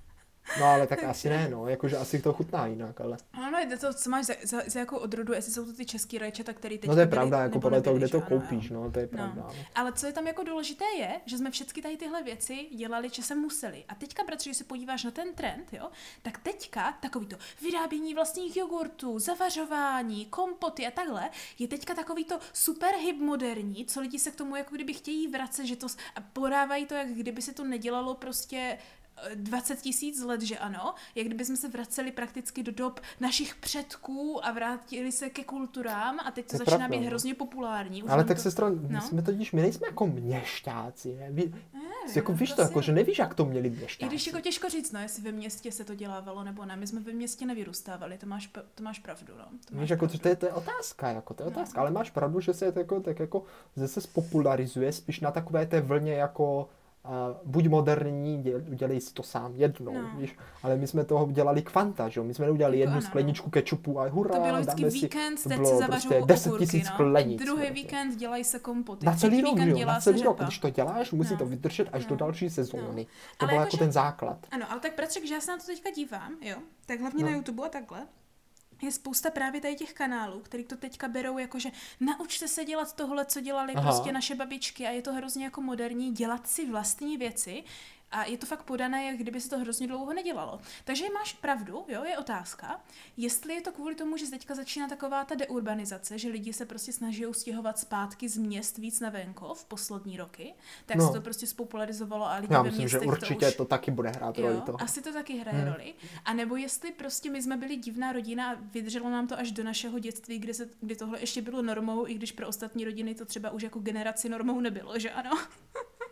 No ale tak asi ne, no, jakože asi to chutná jinak, ale... Ano, jde to, co máš za, za, za jako odrodu, jestli jsou to ty český rajčata, který teď no to je pravda, jako podle toho, kde to koupíš, no, to je pravda. No. Ale co je tam jako důležité je, že jsme všechny tady tyhle věci dělali, že se museli. A teďka, bratře, když se podíváš na ten trend, jo, tak teďka takový to vyrábění vlastních jogurtů, zavařování, kompoty a takhle, je teďka takový to super hip moderní, co lidi se k tomu jako kdyby chtějí vracet, že to a podávají to, jak kdyby se to nedělalo prostě dvacet tisíc let, že ano, jak kdyby jsme se vraceli prakticky do dob našich předků a vrátili se ke kulturám a teď to, to začíná pravda, být no. hrozně populární. Už ale tak to... sestro, no. jsme totiž, my nejsme jako měšťáci, ne? Vy, ne jako víš to, jako, že nevíš, jak to měli měšťáci. I když jako těžko říct, no, jestli ve městě se to dělávalo nebo ne, my jsme ve městě nevyrůstávali, to máš, to máš pravdu, no. To máš víš, jako, to, je, to je otázka, jako, to je no. otázka, ale máš pravdu, že se to jako, tak jako zase spopularizuje spíš na takové té vlně jako Uh, buď moderní, děl, udělej si to sám jednou, no. víš, ale my jsme toho dělali kvanta, že jo, my jsme neudělali jednu ano, skleničku kečupu a hurá, to bylo vždycky dáme víkend, si, teď to se prostě deset tisíc no. sklenic. Druhý prostě. víkend dělají se kompoty. Na celý rok, jo, na celý rok, řepa. Když to děláš, musí no. to vydržet až no. do další sezóny. No. To ale bylo jako, jako že... ten základ. Ano, ale tak Bratře, když já se na to teďka dívám, jo, tak hlavně no. na YouTube a takhle, je spousta právě tady těch kanálů, který to teďka berou jako, že naučte se dělat tohle, co dělali Aha. prostě naše babičky a je to hrozně jako moderní dělat si vlastní věci. A je to fakt podané, jak kdyby se to hrozně dlouho nedělalo. Takže máš pravdu, jo, je otázka, jestli je to kvůli tomu, že teďka začíná taková ta deurbanizace, že lidi se prostě snaží stěhovat zpátky z měst víc na venkov v poslední roky, tak no. se to prostě spopularizovalo a lidi Já ve myslím, městech že určitě to, už... to taky bude hrát roli. To. Asi to taky hraje hmm. roli. A nebo jestli prostě my jsme byli divná rodina a vydrželo nám to až do našeho dětství, kde, se, kde tohle ještě bylo normou, i když pro ostatní rodiny to třeba už jako generaci normou nebylo, že ano?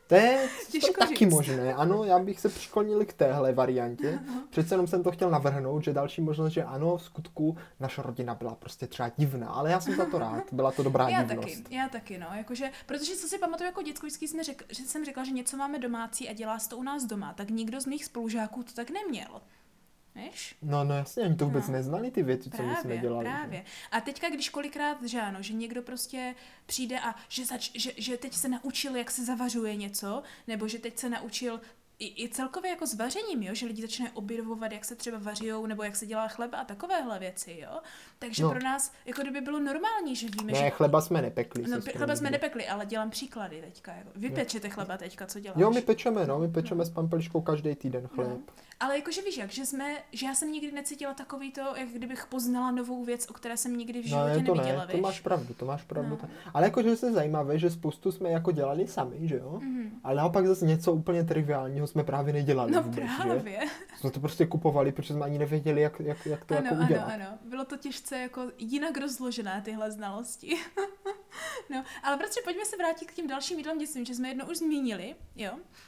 To je to taky možné, ano, já bych se přiklonil k téhle variantě. Přece jenom jsem to chtěl navrhnout, že další možnost, že ano, v skutku naše rodina byla prostě třeba divná, ale já jsem za to rád, byla to dobrá já divnost. Taky, já taky, no, jakože, protože co si pamatuju jako děcko, vždycky jsme řek, že jsem řekla, že něco máme domácí a dělá se to u nás doma, tak nikdo z mých spolužáků to tak neměl. Víš? No, no jasně, oni to vůbec no. neznali ty věci, co právě, my jsme dělali. Právě. Že? A teďka, když kolikrát, že ano, že někdo prostě přijde a že, zač, že, že teď se naučil, jak se zavařuje něco, nebo že teď se naučil i, i celkově jako s vařením, jo, že lidi začínají objevovat, jak se třeba vařijou, nebo jak se dělá chleba a takovéhle věci, jo. Takže no. pro nás, jako kdyby bylo normální, že víme, ne, že... chleba jsme nepekli. No, chleba jsme nepekli, ale dělám příklady teďka, jako. Vy pečete chleba teďka, co děláš? Jo, my pečeme, no, my pečeme no. s pampeliškou každý týden chléb. No. Ale jakože víš jak, že jsme, že já jsem nikdy necítila takový to, jak kdybych poznala novou věc, o které jsem nikdy v životě no, to neviděla, ne, víš? to máš pravdu, to máš pravdu. No. Ale jakože se zajímavé, že spoustu jsme jako dělali sami, že jo? Mm-hmm. Ale naopak zase něco úplně triviálního jsme právě nedělali No vůbec, právě. Že? Jsme to prostě kupovali, protože jsme ani nevěděli, jak, jak, jak to ano, jako udělat. Ano, ano, bylo to těžce jako jinak rozložené tyhle znalosti. No, ale protože pojďme se vrátit k těm dalším jídlům dětstvím, že jsme jedno už zmínili, jo?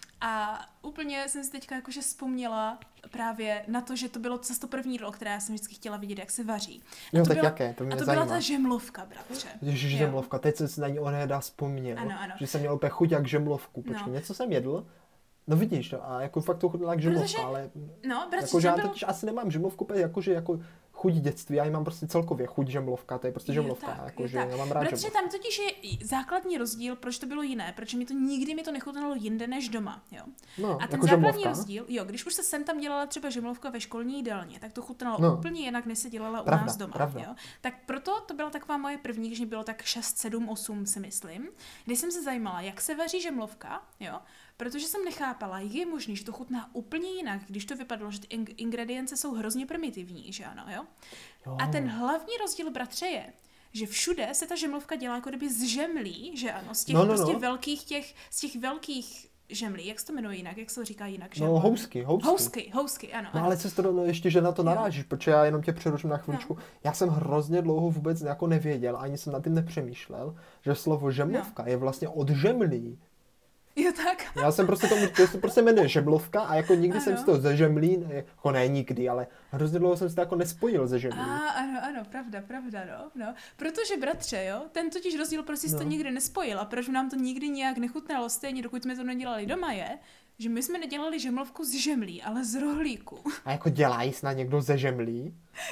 A úplně jsem si teďka jakože vzpomněla právě na to, že to bylo zase to první jídlo, které já jsem vždycky chtěla vidět, jak se vaří. A jo, to tak byla, jaké? To mě A to zajímá. byla ta žemlovka, bratře. Ježiš, žemlovka, teď jsem si na ní onehda vzpomněl, ano, ano. že jsem měl úplně chuť jak žemlovku. Počkej, no. něco jsem jedl, no vidíš, no, a jako fakt to chutnala jak žemlovka, Protože, ale no, bratře, jako, že já byl... totiž asi nemám žemlovku, jakože jako chuť dětství, já ji mám prostě celkově chuť žemlovka, to je prostě žemlovka, tak, jakože tak. já mám rád Protože žemlovka. tam totiž je základní rozdíl, proč to bylo jiné, proč mi to nikdy mi to nechutnalo jinde než doma, jo. No, a ten jako základní žemlovka. rozdíl, jo, když už se sem tam dělala třeba žemlovka ve školní jídelně, tak to chutnalo no. úplně jinak, než se dělala pravda, u nás doma, pravda. jo. Tak proto to byla taková moje první, když mi bylo tak šest, sedm, osm, si myslím, kdy jsem se zajímala, jak se vaří žemlovka, jo. Protože jsem nechápala, jak je možné, že to chutná úplně jinak, když to vypadalo, že ty ingredience jsou hrozně primitivní, že ano, jo? jo. A ten hlavní rozdíl, bratře, je, že všude se ta žemlovka dělá jako kdyby z žemlí, že ano, z těch no, no, prostě no. velkých těch, z těch velkých žemlí, jak se to jmenuje jinak, jak se to říká jinak, že? No, housky, housky. Housky, housky, ano. No ano. ale sestro, no ještě, že na to narážíš, protože já jenom tě přeruším na chvíličku. No. Já jsem hrozně dlouho vůbec jako nevěděl, ani jsem nad tím nepřemýšlel, že slovo žemlovka no. je vlastně od žemlí. Jo, tak. Já jsem prostě tomu, to se prostě jmenuje žemlovka a jako nikdy ano. jsem si to ze žemlí, jako ne nikdy, ale hrozně dlouho jsem si to jako nespojil ze žemlí. A, ano, ano, pravda, pravda, no, no. Protože, bratře, jo, ten totiž rozdíl, proč jsi no. to nikdy nespojil a proč nám to nikdy nějak nechutnalo stejně, dokud jsme to nedělali doma, je, že my jsme nedělali žemlovku z žemlí, ale z rohlíku. A jako dělají snad někdo ze žemlí?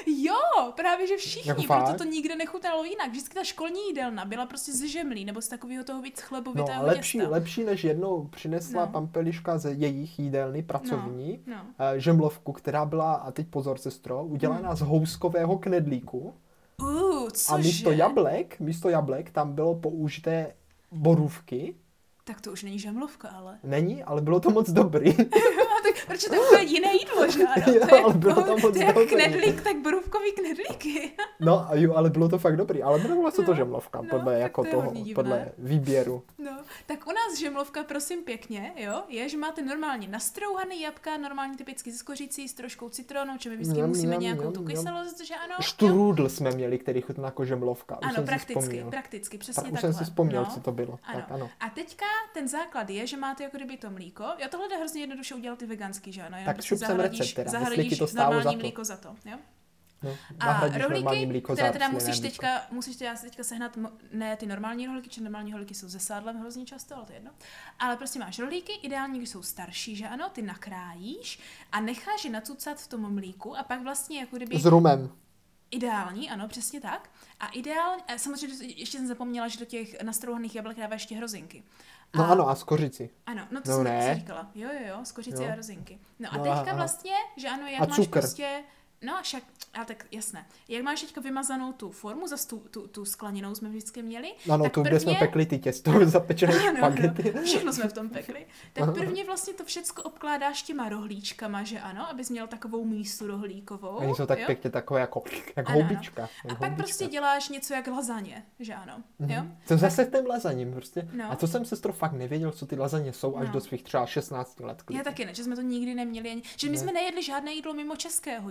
Jo, právě že všichni, jako proto fakt? to nikde nechutnalo jinak. Vždycky ta školní jídelna byla prostě ze žemlí, nebo z takového toho víc chlebovitého no, lepší, těsta. lepší, než jednou přinesla no. pampeliška ze jejich jídelny pracovní, no, no. žemlovku, která byla, a teď pozor sestro, udělaná hmm. z houskového knedlíku. Uh, cože? A místo jablek, místo jablek tam bylo použité borůvky. Tak to už není žemlovka, ale. Není, ale bylo to moc dobrý. tak, protože to je úplně jiné jídlo, že ano? Jo, to je, ale bylo to moc to je dobrý. knedlík, tak borůvkový knedlíky. no, jo, ale bylo to fakt dobrý, ale jmenovalo se no, to žemlovka, no, podle jako to toho, podle výběru. No, tak u nás žemlovka, prosím pěkně, jo, je, že máte normálně nastrouhaný jabka, normálně typicky ze skořicí, s troškou citronu, či my vždycky Jam, musíme jam, nějakou jam, tu kyselost, že ano. Štrůdl jsme měli, který chutná jako žemlovka. Už ano, jsem prakticky, si vzpomněl. prakticky, přesně tak, takhle. už jsem si vzpomněl, no. co to bylo. Ano. Tak, ano. A teďka ten základ je, že máte jako kdyby to mlíko. Jo, tohle jde hrozně jednoduše udělat i veganský, že ano? Tak šup sem recept teda, zahradíš ti to stálo normální za to. mlíko za to, jo? No, a rohlíky, mlíko které za teda musíš mlíko. teďka, musíš teda teďka sehnat, ne ty normální rohlíky, či normální rohlíky jsou se sádlem hrozně často, ale to je jedno. Ale prostě máš rohlíky, ideální, když jsou starší, že ano, ty nakrájíš a necháš je nacucat v tom mlíku a pak vlastně jako kdyby... S rumem. Ideální, ano, přesně tak. A ideální, a samozřejmě ještě jsem zapomněla, že do těch nastrouhaných jablek dáváš ještě hrozinky. A, no ano, a z kořici. Ano, no to no jsem ne. říkala. Jo, jo, jo, z kořici jo. a hrozinky. No a no teďka aha. vlastně, že ano, jak a máš cukr. prostě... No však, a tak jasné. Jak máš teďka vymazanou tu formu, zase tu, tu, tu skleninou jsme vždycky měli. Ano, tak tu, prvně... kde jsme pekli ty těsto, zapečené špagety. No, všechno jsme v tom pekli. Tak prvně vlastně to všecko obkládáš těma rohlíčkama, že ano, abys měl takovou mísu rohlíkovou. Oni jsou tak jo? pěkně takové jako, jak ano, houbička. Ano. Jak a pak houbička. prostě děláš něco jak lazaně, že ano. Mm-hmm. Jo? To zase tím lazaním prostě. No. A to jsem sestro fakt nevěděl, co ty lazaně jsou až no. do svých třeba šestnácti let. Já taky ne, že jsme to nikdy neměli ani, že my ne. jsme nejedli žádné jídlo mimo českého jídla prakticky.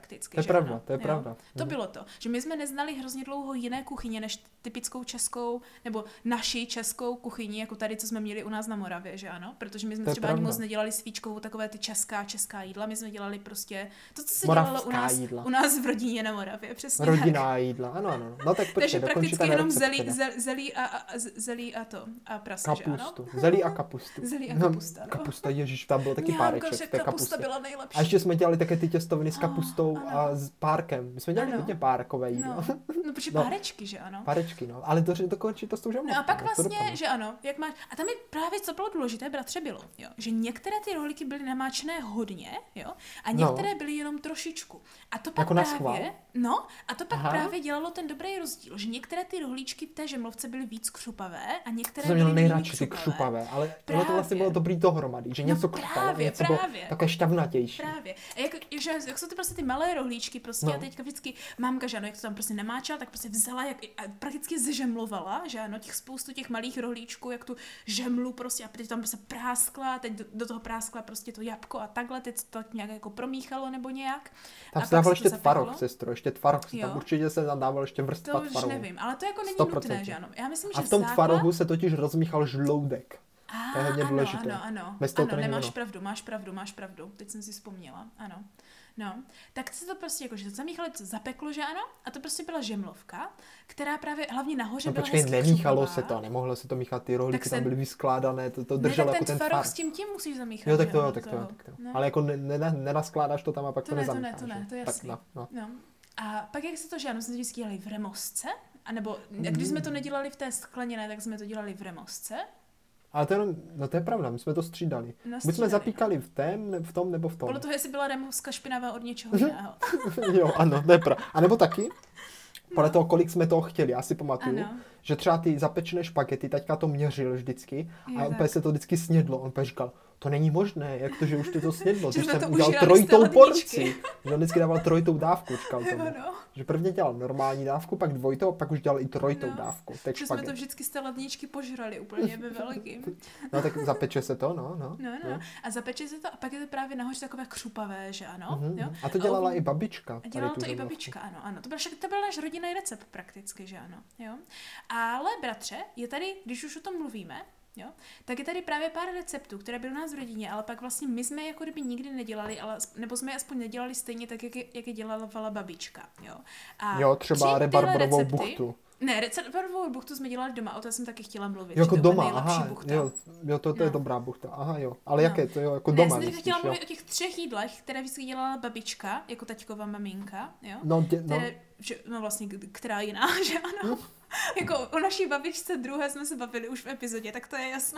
prakticky. To je že pravda, ano? to je jo? pravda. To bylo to, že my jsme neznali hrozně dlouho jiné kuchyně než typickou českou, nebo naši českou kuchyni, jako tady, co jsme měli u nás na Moravě, že ano? Protože my jsme třeba pravda. ani moc nedělali svíčkovou takové ty česká, česká jídla, my jsme dělali prostě to, co se Moravská dělalo u nás, jídla. u nás v rodině na Moravě, přesně Rodinná tak. jídla, ano, ano. No tak počkej, Takže prakticky jenom recept, zelí, zel, zelí, a, a, zelí a to, a prasa, že ano? kapustu. Zelí a kapustu. Zelí a kapusta, no. Kapusta, ježiš, tam byl taky Mňamka, páreček. že To je kapusta kapusta. byla nejlepší. A ještě jsme dělali také ty těstoviny s kapustou ano. a s párkem. My jsme dělali Ano. hodně párkové jídlo. No, no protože No. párečky, že ano? Párečky, no. Ale to, to končí to s tou žemlovkou. No a pak jak to vlastně, dopadne? že ano, jak máš, a tam je právě, co bylo důležité, bratře, bylo, jo, že některé ty rohlíky byly namáčené hodně, jo, a některé No. byly jenom trošičku. A to pak Jako na právě, schvál? no, a to pak Aha. právě dělalo ten dobrý rozdíl, že některé ty rohlíčky v té žemlovce byly víc křupavé a některé To jsem měl byly méně nejradši ty křupavé. křupavé, ale ono Právě. to vlastně bylo dobrý dohromady, že něco No křupalo a právě, něco bylo právě. také šťavnatější. Právě. A jak, že, jak jsou ty prostě ty malé rohlíčky prostě No. a teďka vždycky mámka, že ano, jak to tam prostě namáčela, tak prostě vzala jak, a prakticky zžemlovala, že ano, těch spoustu těch malých rohlíčků, jak tu žemlu prostě a teď tam prostě práskla, teď do, do toho práskla prostě to jabko a takhle, teď to tak nějak jako promíchalo nebo nějak. Tam A se pak dával se to ještě tvaroh, zapeklo. sestro, ještě tvaroh, se tam Jo. určitě se tam dával ještě To vrstva už tvarohu. nevím, ale to jako není sto nutné, procent. že ano. Já myslím, A že v tom základ... tvarohu se totiž rozmíchal žloudek. Ah, To je hodně ano, důležité. ano, ano, Bez toho ano, to není nemáš ono. pravdu, máš pravdu, máš pravdu, teď jsem si vzpomněla, ano. No, tak se to prostě jako, že to zamíchali, to zapeklo, že ano, a to prostě byla žemlovka, která právě hlavně nahoře No byla počkej, hezky nemíchalo křupavá. se to, nemohlo se to míchat, ty rohlíky Tak tam se- byly vyskládané, to, to Ne, drželo tak jako ten ten tvaroh tvar. s tím tím musíš zamíchat. Jo, tak že to ano, jo, tak to jo, toho. tak to jo. No. Ale jako ne, ne, nenaskládáš to tam a pak To to, ne, to nezamícháš. ne, to ne, jo. to je Tak jasný. no, no. No. A pak jak se to, že ano, jsme to vždycky dělali v remosce, anebo když jsme to nedělali v té skleněné, tak jsme to dělali v remosce. Ale to jenom, no to je pravda, my jsme to střídali. No, Buď jsme střídali, zapíkali v tém, ne, v tom nebo v tom. Podle toho, jestli byla remoska špinavá od něčeho jiného. Jo, ano, to je pravda. A nebo taky, podle toho, kolik jsme toho chtěli, já si pamatuju, Ano. že třeba ty zapečené špagety, taťka to měřil vždycky Jo, a úplně tak. se to vždycky snědlo. On úplně říkal, to není možné, jak to, že už ty to snědlo, Že když jsme jsem to udělal užrali z trojitou té ledničky. porci. Že on vždycky dával trojitou dávku, říkal tomu. Jo, no. Že prvně dělal normální dávku, pak dvojitou a pak už dělal i trojitou No. dávku. Tak Že jsme to špaget. vždycky z té ledničky požrali úplně ve velkým. No tak zapeče se to, no, no. No, no. A zapeče se to a pak je to právě nahoře takové křupavé, že ano? Mhm, Jo? A to dělala uvnitř- i babička. A tady dělala tu to i žemlovku. babička, ano, ano. To byl, však, to byl náš rodinný recept prakticky, že ano. Jo? Ale bratře, je tady, když už o tom mluvíme, jo, tak je tady právě pár receptů, které byly u nás v rodině, ale pak vlastně my jsme je jako kdyby nikdy nedělali, ale, nebo jsme je aspoň nedělali stejně tak, jak je, jak je dělala babička. Jo, a Jo, třeba tři tyhle rebarbarovou recepty- buchtu. Ne, receptovou buchtu jsme dělali doma, o té jsem taky chtěla mluvit. Jo, jako že to je doma, nejlepší aha, buchta. jo, jo, to, to je No. dobrá buchta, aha, jo. Ale No. jaké to, jo, jako Ne, doma, jsem teďka myslíš, chtěla jo. mluvit o těch třech jídlech, které vždycky dělala babička, jako taťková maminka, jo? No, dě, no, Které, že, no vlastně, k- která jiná, že ano? Jako o naší babičce druhé jsme se bavili už v epizodě, tak to je jasné.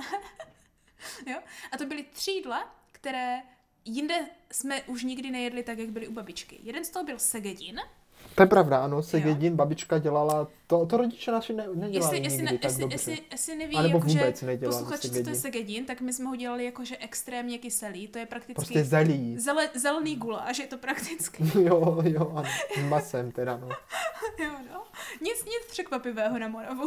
Jo? A to byly tři jídla, které jinde jsme už nikdy nejedli tak, jak byly u babičky. Jeden z toho byl segedin. to je pravda, ano, segedin, babička dělala, to, to rodiče naši ne, nedělali Jestli, nikdy jestli, ne, tak jestli, dobře. jestli, jestli neví, A nebo jakože vůbec nedělali posluchači, co to je segedin. segedin, tak my jsme ho dělali jakože extrémně kyselý. To je prakticky Prostě zelí. zele, zelený guláš, je to prakticky. Jo, jo, ano, s masem teda, no. Jo, no. Nic, nic překvapivého na Moravu.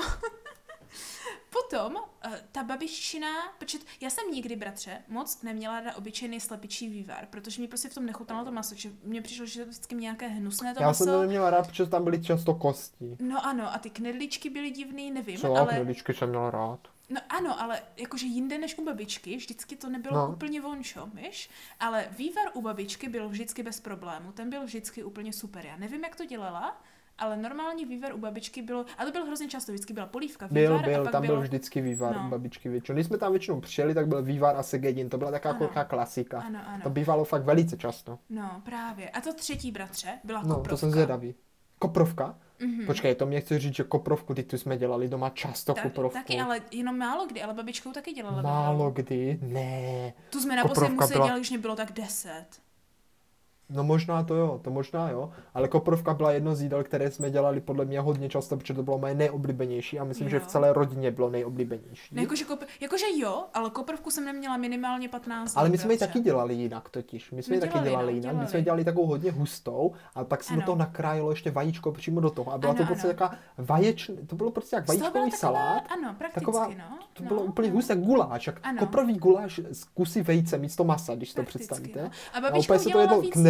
Potom uh, ta babiččina, protože já jsem nikdy, bratře, moc neměla ráda obyčejný slepičí vývar, protože mi prostě v tom nechutnalo to maso, že mně přišlo, že to vždycky nějaké hnusné to Já maso. jsem to neměla rád, protože tam byly často kosti. No ano, a ty knedlíčky byly divný, nevím, Co, ale... knedlíčky jsem měla rád. No ano, ale jakože jinde než u babičky, vždycky to nebylo No. no. úplně vončo, víš? Ale vývar u babičky byl vždycky bez problému, ten byl vždycky úplně super. Já nevím, jak to dělala, ale normální vývar u babičky bylo, a to bylo hrozně často, vždycky byla polívka, vývar, Byl, a byl, pak tam bylo... byl vždycky vývar No. u babičky většinou. Když jsme tam většinou přijeli, tak byl vývar a segedin, to byla taková Ano. taková klasika. Ano, ano. To bývalo fakt velice často. No, právě. A to třetí, bratře, byla No, koprovka. to jsem zvědavý. Koprovka? Mhm. Počkej, to mě chci říct, že koprovku, ty tu jsme dělali doma často Ta, koprovku. taky, ale jenom málo kdy, ale babičkou taky dělala. Málo bývalo. kdy, ne. Tu jsme naposledy Koprovka museli byla- dělat, když mě bylo tak deset. No možná to jo, to možná jo, ale koprovka byla jedno z jídel, které jsme dělali podle mě hodně často, protože to bylo moje nejoblíbenější a myslím, Jo. že v celé rodině bylo nejoblíbenější. Ne, jakože, kop... jakože jo, ale koprovku jsem neměla minimálně patnáct let, Ale my jsme ji bratře. taky dělali jinak totiž. My jsme No ji taky dělali, dělali no, jinak. dělali. My jsme dělali takovou hodně hustou a pak se do Ano. toho nakrájelo ještě vajíčko přímo do toho. A byla Ano, to prostě ano. taková vaječný, to bylo prostě jak Z toho byla vajíčkový taková- salát. Ano, prakticky, Taková, no. to no, bylo úplně no. husté guláš, jak Ano. koprový guláš z kusy vejce místo masa, když to Prakticky, představíte. no. A A babička úplně se to udělala jedlo víc, knedlíky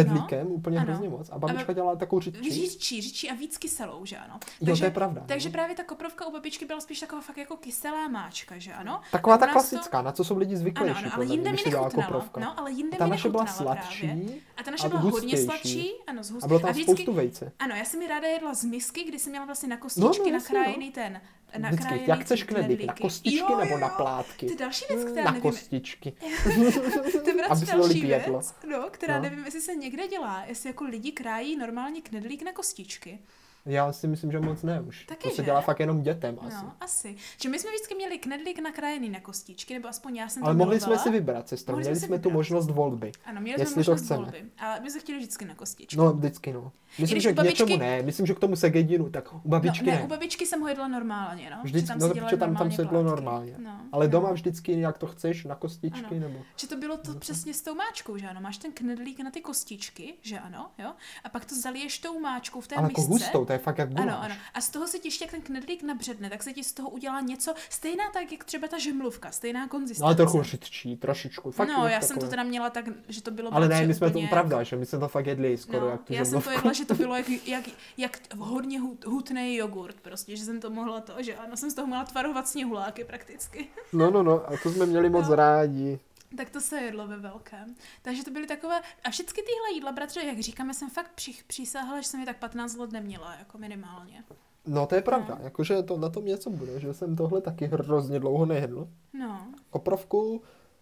knedlíkem, ano. úplně ano. hrozně moc. A babička a dělala takovou řidčí. Řidčí, řidčí a víc kyselou, že ano. Takže, jo, to je pravda. Takže no. právě ta koprovka u babičky byla spíš taková fakt jako kyselá máčka, že ano. Taková ta klasická, to... na co jsou lidi zvyklejší. Ano, ano, ale jinde mi nechutnala. No, ale jinde ta mi naše byla nechutnala sladší. Právě. A ta naše byla hodně sladší. Ano, z hustě. A bylo tam spoustu vejce. Ano, já jsem mi ráda jedla z misky, kdy jsem měla vlastně na kostičky nakrájený ten Vždycky, jak chceš knedlíky, na kostičky jo, jo. nebo na plátky? To je další věc, která na nevím. kostičky. To je další věc, no, která no. nevím, jestli se někde dělá, jestli jako lidi krájí normálně knedlík na kostičky. Já si myslím, že moc ne už. Taky, to se že? dělá fakt jenom dětem asi. No, asi. Že my jsme vždycky měli knedlík nakrájený na kostičky, nebo aspoň já jsem to Ale mohli milovala. jsme si vybrat, sestro. Měli jsme vybrat. tu možnost volby. Ano, měli jsme možnost volby. Ale my jsme chtěli vždycky na kostičky. No, vždycky no. Myslím, že k babičky... něčemu ne. Myslím, že k tomu segedinu, tak u babičky no, ne. ne. U babičky jsem ho jedla normálně, no. Vždycky, tam no, protože tam, tam se jedlo normálně. No, ale no. doma vždycky, jak to chceš, na kostičky ano. nebo... Že to bylo to přesně s tou máčkou, že ano. Máš ten knedlík na ty kostičky, že ano, jo. A pak to zaliješ tou máčkou v té ale misce. Ale jako hustou, to je fakt jak guláš. Ano, ano. A z toho se ti ještě jak ten knedlík nabředne, tak se ti z toho udělá něco stejná tak, jak třeba ta žemluvka, stejná konzistence. No, ale trochu řidčí, trošičku. Fakt no, já takové. jsem to teda měla tak, že to bylo. Ale ne, my jsme to jak... pravda, že my jsme to fakt jedli skoro no, jak tu já žemlovku. jsem to jedla, že to bylo jak, jak, jak hodně hutný jogurt, prostě, že jsem to mohla to, že ano, jsem z toho mohla tvarovat sněhuláky prakticky. No, no, no, a to jsme měli moc no. rádi. Tak to se jedlo ve velkém. Takže to byly takové, a všechny tyhle jídla, bratře, jak říkáme, jsem fakt při, přísahala, že jsem je tak patnáct let neměla, jako minimálně. No to je pravda, no. Jakože to, na tom něco bude, že jsem tohle taky hrozně dlouho nejedl. No. Koprovku,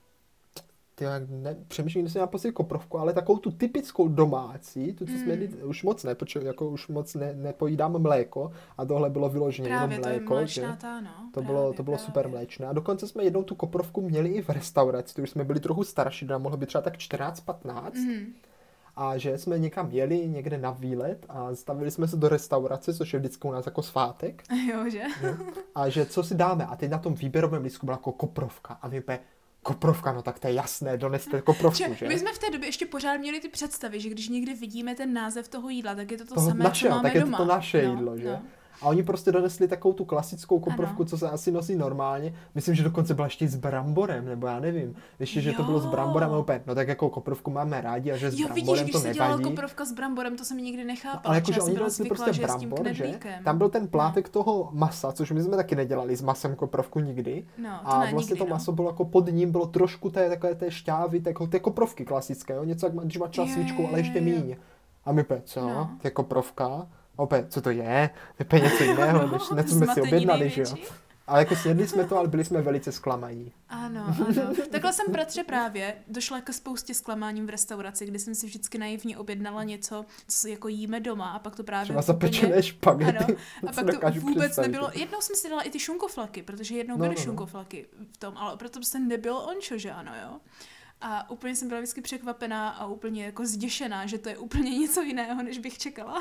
ty jak ne, přemýšlím, že jsem měla prostě koprovku, ale takovou tu typickou domácí, tu, co mm. jsme jedli, už moc ne, protože jako už moc ne, nepojídám mléko a tohle bylo vyloženě jenom mléko. Právě, to je mléčná ta, no. To právě, bylo, to bylo právě. super mléčné. A dokonce jsme jednou tu koprovku měli i v restauraci, to už jsme byli trochu starší, nám mohlo být třeba tak čtrnáct patnáct. Mm. A že jsme někam jeli někde na výlet a stavili jsme se do restaurace, což je vždycky u nás jako svátek. Jo, že? No. A že co si dáme. A teď na tom výběrovém lístku byla jako koprovka. A my pe, koprovka, no tak to je jasné, doneste koprovku, že? že? My jsme v té době ještě pořád měli ty představy, že když někdy vidíme ten název toho jídla, tak je to to toho samé, našeho, co máme tak je to doma. to naše no, jídlo, že? No. A oni prostě donesli takovou tu klasickou koprovku, ano. co se asi nosí normálně. Myslím, že dokonce byla ještě s bramborem, nebo já nevím. Ještě, že jo. to bylo s bramborem, opět, no tak jako koprovku máme rádi a že s jo, bramborem vidíš, to když nevadí. se dělala koprovka s bramborem, to jsem nikdy nechápala. No, ale jakože oni byla donesli zvyklá, prostě že brambor, že? Tam Tam byl ten plátek no. toho masa, což my jsme taky nedělali s masem koprovku nikdy. No, to a ne, vlastně nikdy, to maso bylo jako pod ním, bylo trošku té takové té šťávy, té, té koprovky klasické, jo? Něco jak když máš svíčku, ale ještě míň. A my pe, co? No. To je koprovka. Opět, co to je? To je něco jiného, no, než něco jsme si objednali, že jo? Ale jako snědli jsme to, ale byli jsme velice zklamaní. Ano, ano. Takhle jsem, bratře, právě došla ke spoustě zklamáním v restauraci, kdy jsem si vždycky naivně objednala něco, co jako jíme doma a pak to právě třeba zapečené špagety. Ano, a pak to vůbec představit. Nebylo. Jednou jsem si dala i ty šunkoflaky, protože jednou no, byly no, no. šunkoflaky v tom, ale proto prostě nebyl ončo, že ano, jo? A úplně jsem byla vždycky překvapená a úplně jako zděšená, že to je úplně něco jiného, než bych čekala.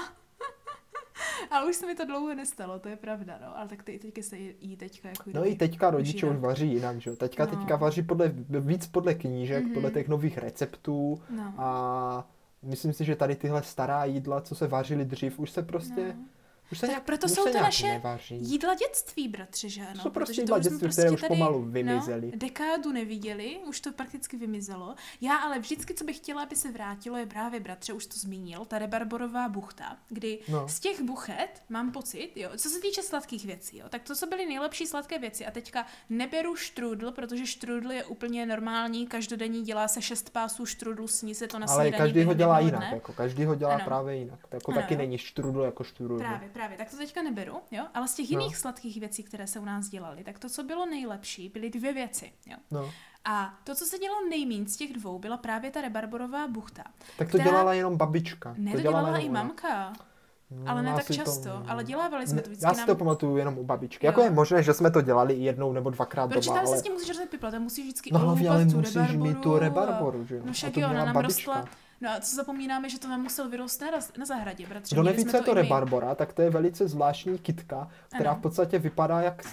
Ale už se mi to dlouho nestalo, to je pravda, no. Ale tak ty teďka se jí teďka jako... No i teďka rodiče už vaří jinak, že jo. Teďka, no. teďka vaří podle, víc podle knížek, mm-hmm. podle těch nových receptů no. a myslím si, že tady tyhle stará jídla, co se vařily dřív, už se prostě... No. Už se tak nějak, proto už jsou se to naše nevaří. jídla dětství, bratře, že ano? Jsou prostě jídla dětství, prostě které už tady, pomalu vymizely. No, dekádu neviděli, už to prakticky vymizelo. Já ale vždycky, co bych chtěla, aby se vrátilo, je právě, bratře, už to zmínil, ta rebarborová buchta, kdy no. z těch buchet mám pocit, jo, co se týče sladkých věcí, jo, tak to, co byly nejlepší sladké věci a teďka neberu štrůdl, protože štrůdl je úplně normální, každodenní, dělá se šest pásů štrůdlu, sní se to na snídaní. Ale každý ho dělá jinak, jako každý ho dělá ano. právě jinak. Jako ano, taky jo. není štrůdl jako štrůdl. Právě, právě, tak to teďka neberu, jo, ale z těch jiných no. sladkých věcí, které se u nás dělaly, tak to, co bylo nejlepší, byly dvě věci, jo. No. A to, co se dělalo nejméně z těch dvou, byla právě ta rebarborová buchta. Tak to která... dělala jenom babička. Ne, to, to dělala, dělala i mamka. No, ale ne tak často, to... ale dělávali jsme to vždycky. Já si nám... to pamatuju jenom u babičky. Jo. Jako je možné, že jsme to dělali jednou nebo dvakrát Proč doma, tam ale... se s tím musíš rozhodit piplat, tam musíš vždycky no, hlavně, ale musíš mít tu a... rebarboru, že jo? No však jo, ona nám rostla. No a co zapomínáme, že to nám musel vyrost na, na zahradě, bratře. Kdo neví, co je to rebarbora, tak to je velice zvláštní kytka, která ano. v podstatě vypadá jak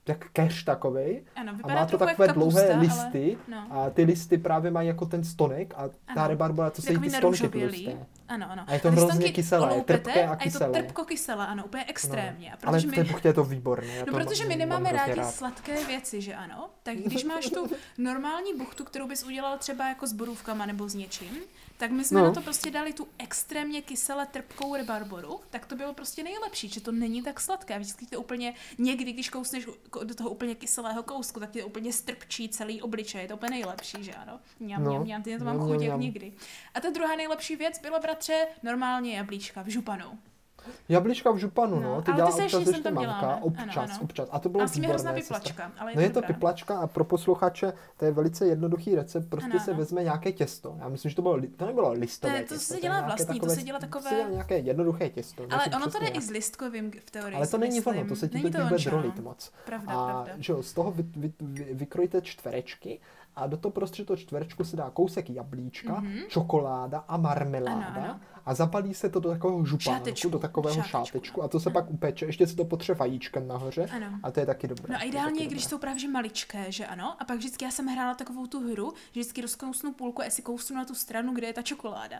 jak keš takovej. Ano, a má to takové kapusta, dlouhé listy. Ale, no. A ty listy právě mají jako ten stonek a ta ano. rebarbora, to se jí ty stonky tlusté. Ano, ano. A je to a hrozně kyselé, je trpké a kyselé. A je to trpko kyselé, ano, úplně extrémně. No. Ale v té buchtě je to výborné. No, protože my nemáme rádi rád. sladké věci, že ano? Tak když máš tu normální buchtu, kterou bys udělal třeba jako s borůvkama nebo s něčím, tak my jsme no. na to prostě dali tu extrémně kyselé trpkou rebarboru, tak to bylo prostě nejlepší, že to není tak sladké. Vždycky to úplně, někdy, když kousneš do toho úplně kyselého kousku, tak je úplně strpčí celý obličej, je to úplně nejlepší, že ano? Mňam, no. mňam, mňam, ty to mám chuť jak nikdy. A ta druhá nejlepší věc byla, bratře, normálně jablíčka v županu. Jablíčka v županu, no, no ty dělá občas ještě mamka, děláme. občas, ano, ano. občas. A to bylo výborné. A hrozná piplačka, ale je no to je to dobrá. piplačka a pro posluchače to je velice jednoduchý recept, prostě ano, se ano. vezme nějaké těsto. Já myslím, že to bylo, to nebylo listové ne, to těsto. se dělá vlastní, takové, to se dělá takové... To se dělá nějaké jednoduché těsto. Ale ono to jde i s listkovým v teorii. Ale to není ono, to se ti to bude drolit moc. Pravda, a pravda. Že z toho vy, vy, vy, vykrojíte čtverečky a do toho prostřed toho čtverečku se dá kousek jablíčka, mm-hmm. čokoláda a marmeláda ano, ano. a zapalí se to do takového župánku, do takového šátečku, šátečku a to se ano. pak upeče. Ještě se to potře vajíčkem nahoře ano. a to je taky dobré. No a ideálně, když jsou právě maličké, že ano? A pak vždycky já jsem hrála takovou tu hru, že vždycky rozkousnu půlku a si kousnu na tu stranu, kde je ta čokoláda.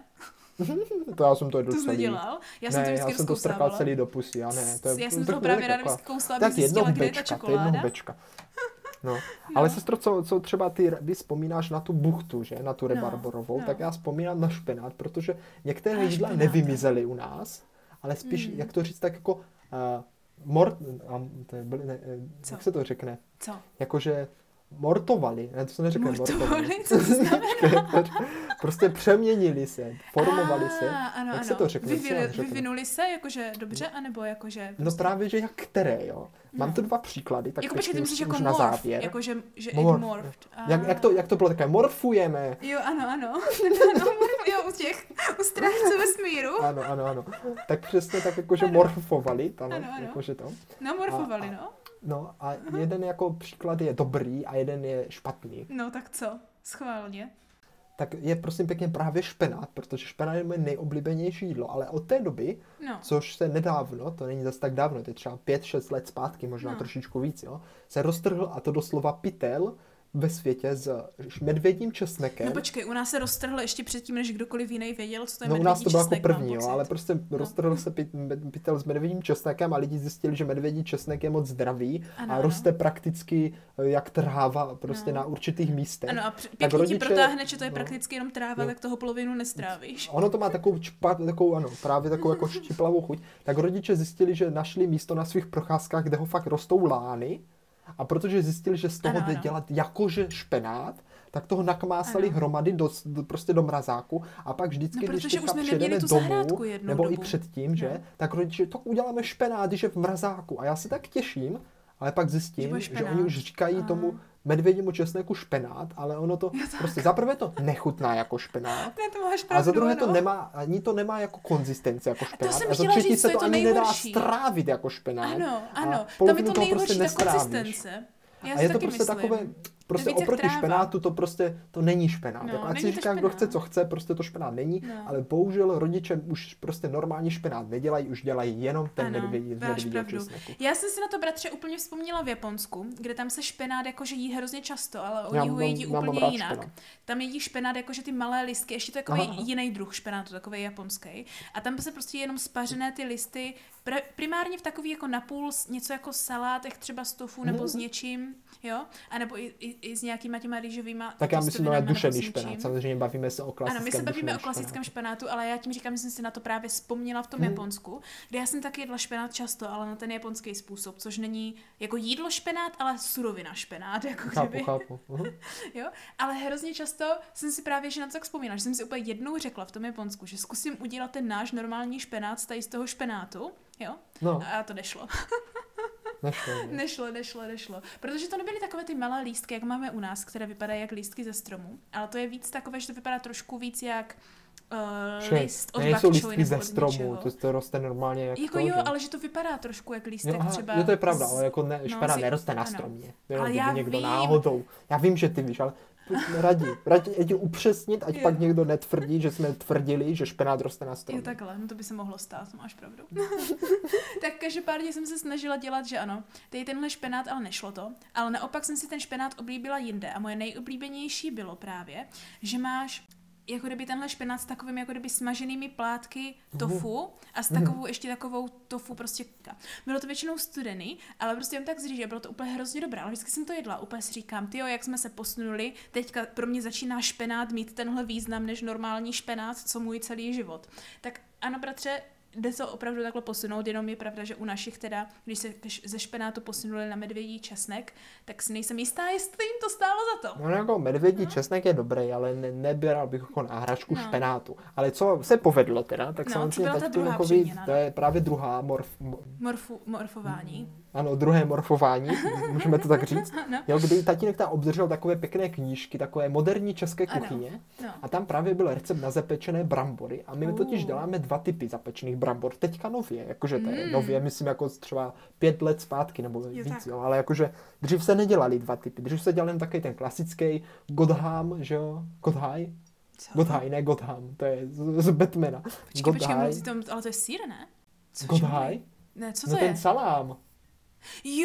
To já jsem to jedl celý. celý. To jsi dělal? Já ne, jsem to vždycky já jsem to strkal celý do pusy, a ne. To je, já jsem to právě ráda vždycky kousla, abych zjistila, kde je ta čokoláda. No. no, ale sestro, co, co třeba ty, vy vzpomínáš na tu buchtu, že, na tu rebarborovou, no, no. tak já vzpomínám na špenát, protože některé jídla nevymizely u nás, ale spíš, mm. jak to říct, tak jako uh, mort, um, to je, ne, jak se to řekne? Co? Jakože mortovali, ne, to se neřekne mortovali. Mortovali, co to znamená? Prostě přeměnili se, formovali se. Ano, jak ano. se to řekne? Vyvili, vyvinuli se, jakože dobře, anebo jakože... Prostě... No právě, že jak které, jo. Mám no. tu dva příklady, tak jako počkej, ty myslíš jako na morph, závěr. Jako, že, že Morph. morphed. Jak, jak, to, jak to bylo takové? Morfujeme. Jo, ano, ano. ano jo, u těch, u strážců vesmíru. Ano, ano, ano. Tak přesně tak, jakože morfovali. Tam, ano, ano. Jakože to. No, morfovali, a, no. No a jeden jako příklad je dobrý a jeden je špatný. No tak co? Schválně. Tak je prosím pěkně právě špenát, protože špenát je moje nejoblíbenější jídlo, ale od té doby, no. což se nedávno, to není zase tak dávno, to je třeba pět šest let zpátky, možná no. trošičku víc, jo, se roztrhl, a to doslova pytel, ve světě s medvědím česnekem. No počkej, u nás se roztrhl ještě předtím, než kdokoliv jiný věděl, co to je no, medvědí česnek. No u nás to bylo česnek, jako první, jo, ale prostě no. roztrhl se pytel s medvědím česnekem a lidi zjistili, že medvědí česnek je moc zdravý ano, a roste ano. prakticky jak tráva prostě no. na určitých místech. Ano a pěkně rodiče, ti protáhne, že to je no, prakticky jenom tráva, no. tak toho polovinu nestrávíš. Ono to má takovou, čpa, takovou ano, právě takovou jako štiplavou chuť. Tak rodiče zjistili, že našli místo na svých procházkách, kde ho fakt rostou lány. A protože zjistili, že z toho ano, jde ano. dělat jakože špenát, tak toho nakmásali ano. hromady do, do, prostě do mrazáku a pak vždycky, no, když teďka přijedeme domů, nebo dobu. i předtím, že, no. tak rodiče, tak uděláme špenát, když je v mrazáku. A já se tak těším, ale pak zjistím, že, že oni už říkají Aha. tomu medvědímu česneku špenát, ale ono to, prostě zaprvé to nechutná jako špenát, ne, to máš pravdu, a za druhé to no. nemá, ani to nemá jako konzistenci jako špenát, a, a za třetí říct, se to, to ani nejhorší. nedá strávit jako špenát. Ano, ano, a polovinu toho prostě nestrávíš. Já a je to taky prostě myslím. takové, prostě oproti špenátu to prostě, to není špenát. No, jako, ať není si říká, kdo chce, co chce, prostě to špenát není, no. ale bohužel rodiče už prostě normální špenát nedělají, už dělají jenom ten medvědí česneku. Já jsem si na to, bratře, úplně vzpomněla v Japonsku, kde tam se špenát jakože jí hrozně často, ale oni ho jedí úplně jinak. Špenát. Tam jedí špenát jakože ty malé listky, ještě takový Aha. jiný druh špenátu, takový japonský. A tam se prostě jenom spařené ty listy, primárně v takový jako napůl něco jako salátech, třeba z tofu nebo s něčím, jo? A nebo i, i, i s nějakýma těma rýžovýma. Tak já myslím, že dušený špenát. Samozřejmě bavíme se o klasickém. Ano, my se bavíme o klasickém špenátu, ale já tím říkám, že jsem si na to právě vzpomněla v tom hmm. Japonsku, kde já jsem taky jedla špenát často, ale na ten japonský způsob, což není jako jídlo špenát, ale surovina špenát, jako chápu, kdyby. Chápu, uh-huh. Jo? Ale hrozně často jsem si právě že na to tak vzpomínala, že jsem si úplně jednou řekla v tom Japonsku, že zkusím udělat ten náš normální špenát z tady z toho špenátu, jo? No. A to nešlo. Nešlo, ne? nešlo, nešlo, nešlo. Protože to nebyly takové ty malé lístky, jak máme u nás, které vypadají jak lístky ze stromu, ale to je víc takové, že to vypadá trošku víc jak uh, list od bakčoly nebo ze od stromu, něčeho. to, to roste normálně jak jako to, jo, že? ale že to vypadá trošku jak lístek jo, aha, třeba. Jo, to je pravda, ale jako ne, špenát no, neroste na ano. stromě. Ale já někdo vím. náhodou. Já vím, že ty víš, ale radí. Radí upřesnit, ať jo. pak někdo netvrdí, že jsme tvrdili, že špenát roste na stromě. Jo, takhle, no to by se mohlo stát, máš pravdu. Tak každopádně jsem se snažila dělat, že ano, tady tenhle špenát, ale nešlo to, ale naopak jsem si ten špenát oblíbila jinde a moje nejoblíbenější bylo právě, že máš jako kdyby tenhle špenát s takovými jako kdyby smaženými plátky tofu a s takovou ještě takovou tofu prostě. Bylo to většinou studený, ale prostě jen tak z rýže, bylo to úplně hrozně dobré, ale vždycky jsem to jedla, úplně si říkám, tyjo, jak jsme se posunuli, teďka pro mě začíná špenát mít tenhle význam než normální špenát, co můj celý život. Tak ano, bratře, jde to opravdu takhle posunout, jenom je pravda, že u našich teda, když se ze špenátu posunuli na medvědí česnek, tak si nejsem jistá, jestli jim to stálo za to. No jako medvědí no. česnek je dobrý, ale ne, nebíral bych jako náhražku no. špenátu. Ale co se povedlo teda, tak no, samozřejmě tatínkovi, to je právě druhá morf... Morfu, morfování. Ano, druhé morfování, můžeme to tak říct. No. Jo, kdy tatínek tam obdržel takové pěkné knížky, takové moderní české kuchyně no. a tam právě byl recept na zapečené brambory a my uh. totiž děláme dva typy zapečených brambor, teďka nově, jakože to je mm. nově, myslím jako třeba pět let zpátky nebo jo, víc, jo, ale jakože dřív se nedělali dva typy, dřív se dělal jen takový ten klasický Godham, že jo, Godhaj? Godhaj, ne Godham, to je z, z Batmana. Počkej, počkej, mluví tom, ale to je sýr, ne? Godhaj? Ne, co no to je? je? Ten salám. Jo,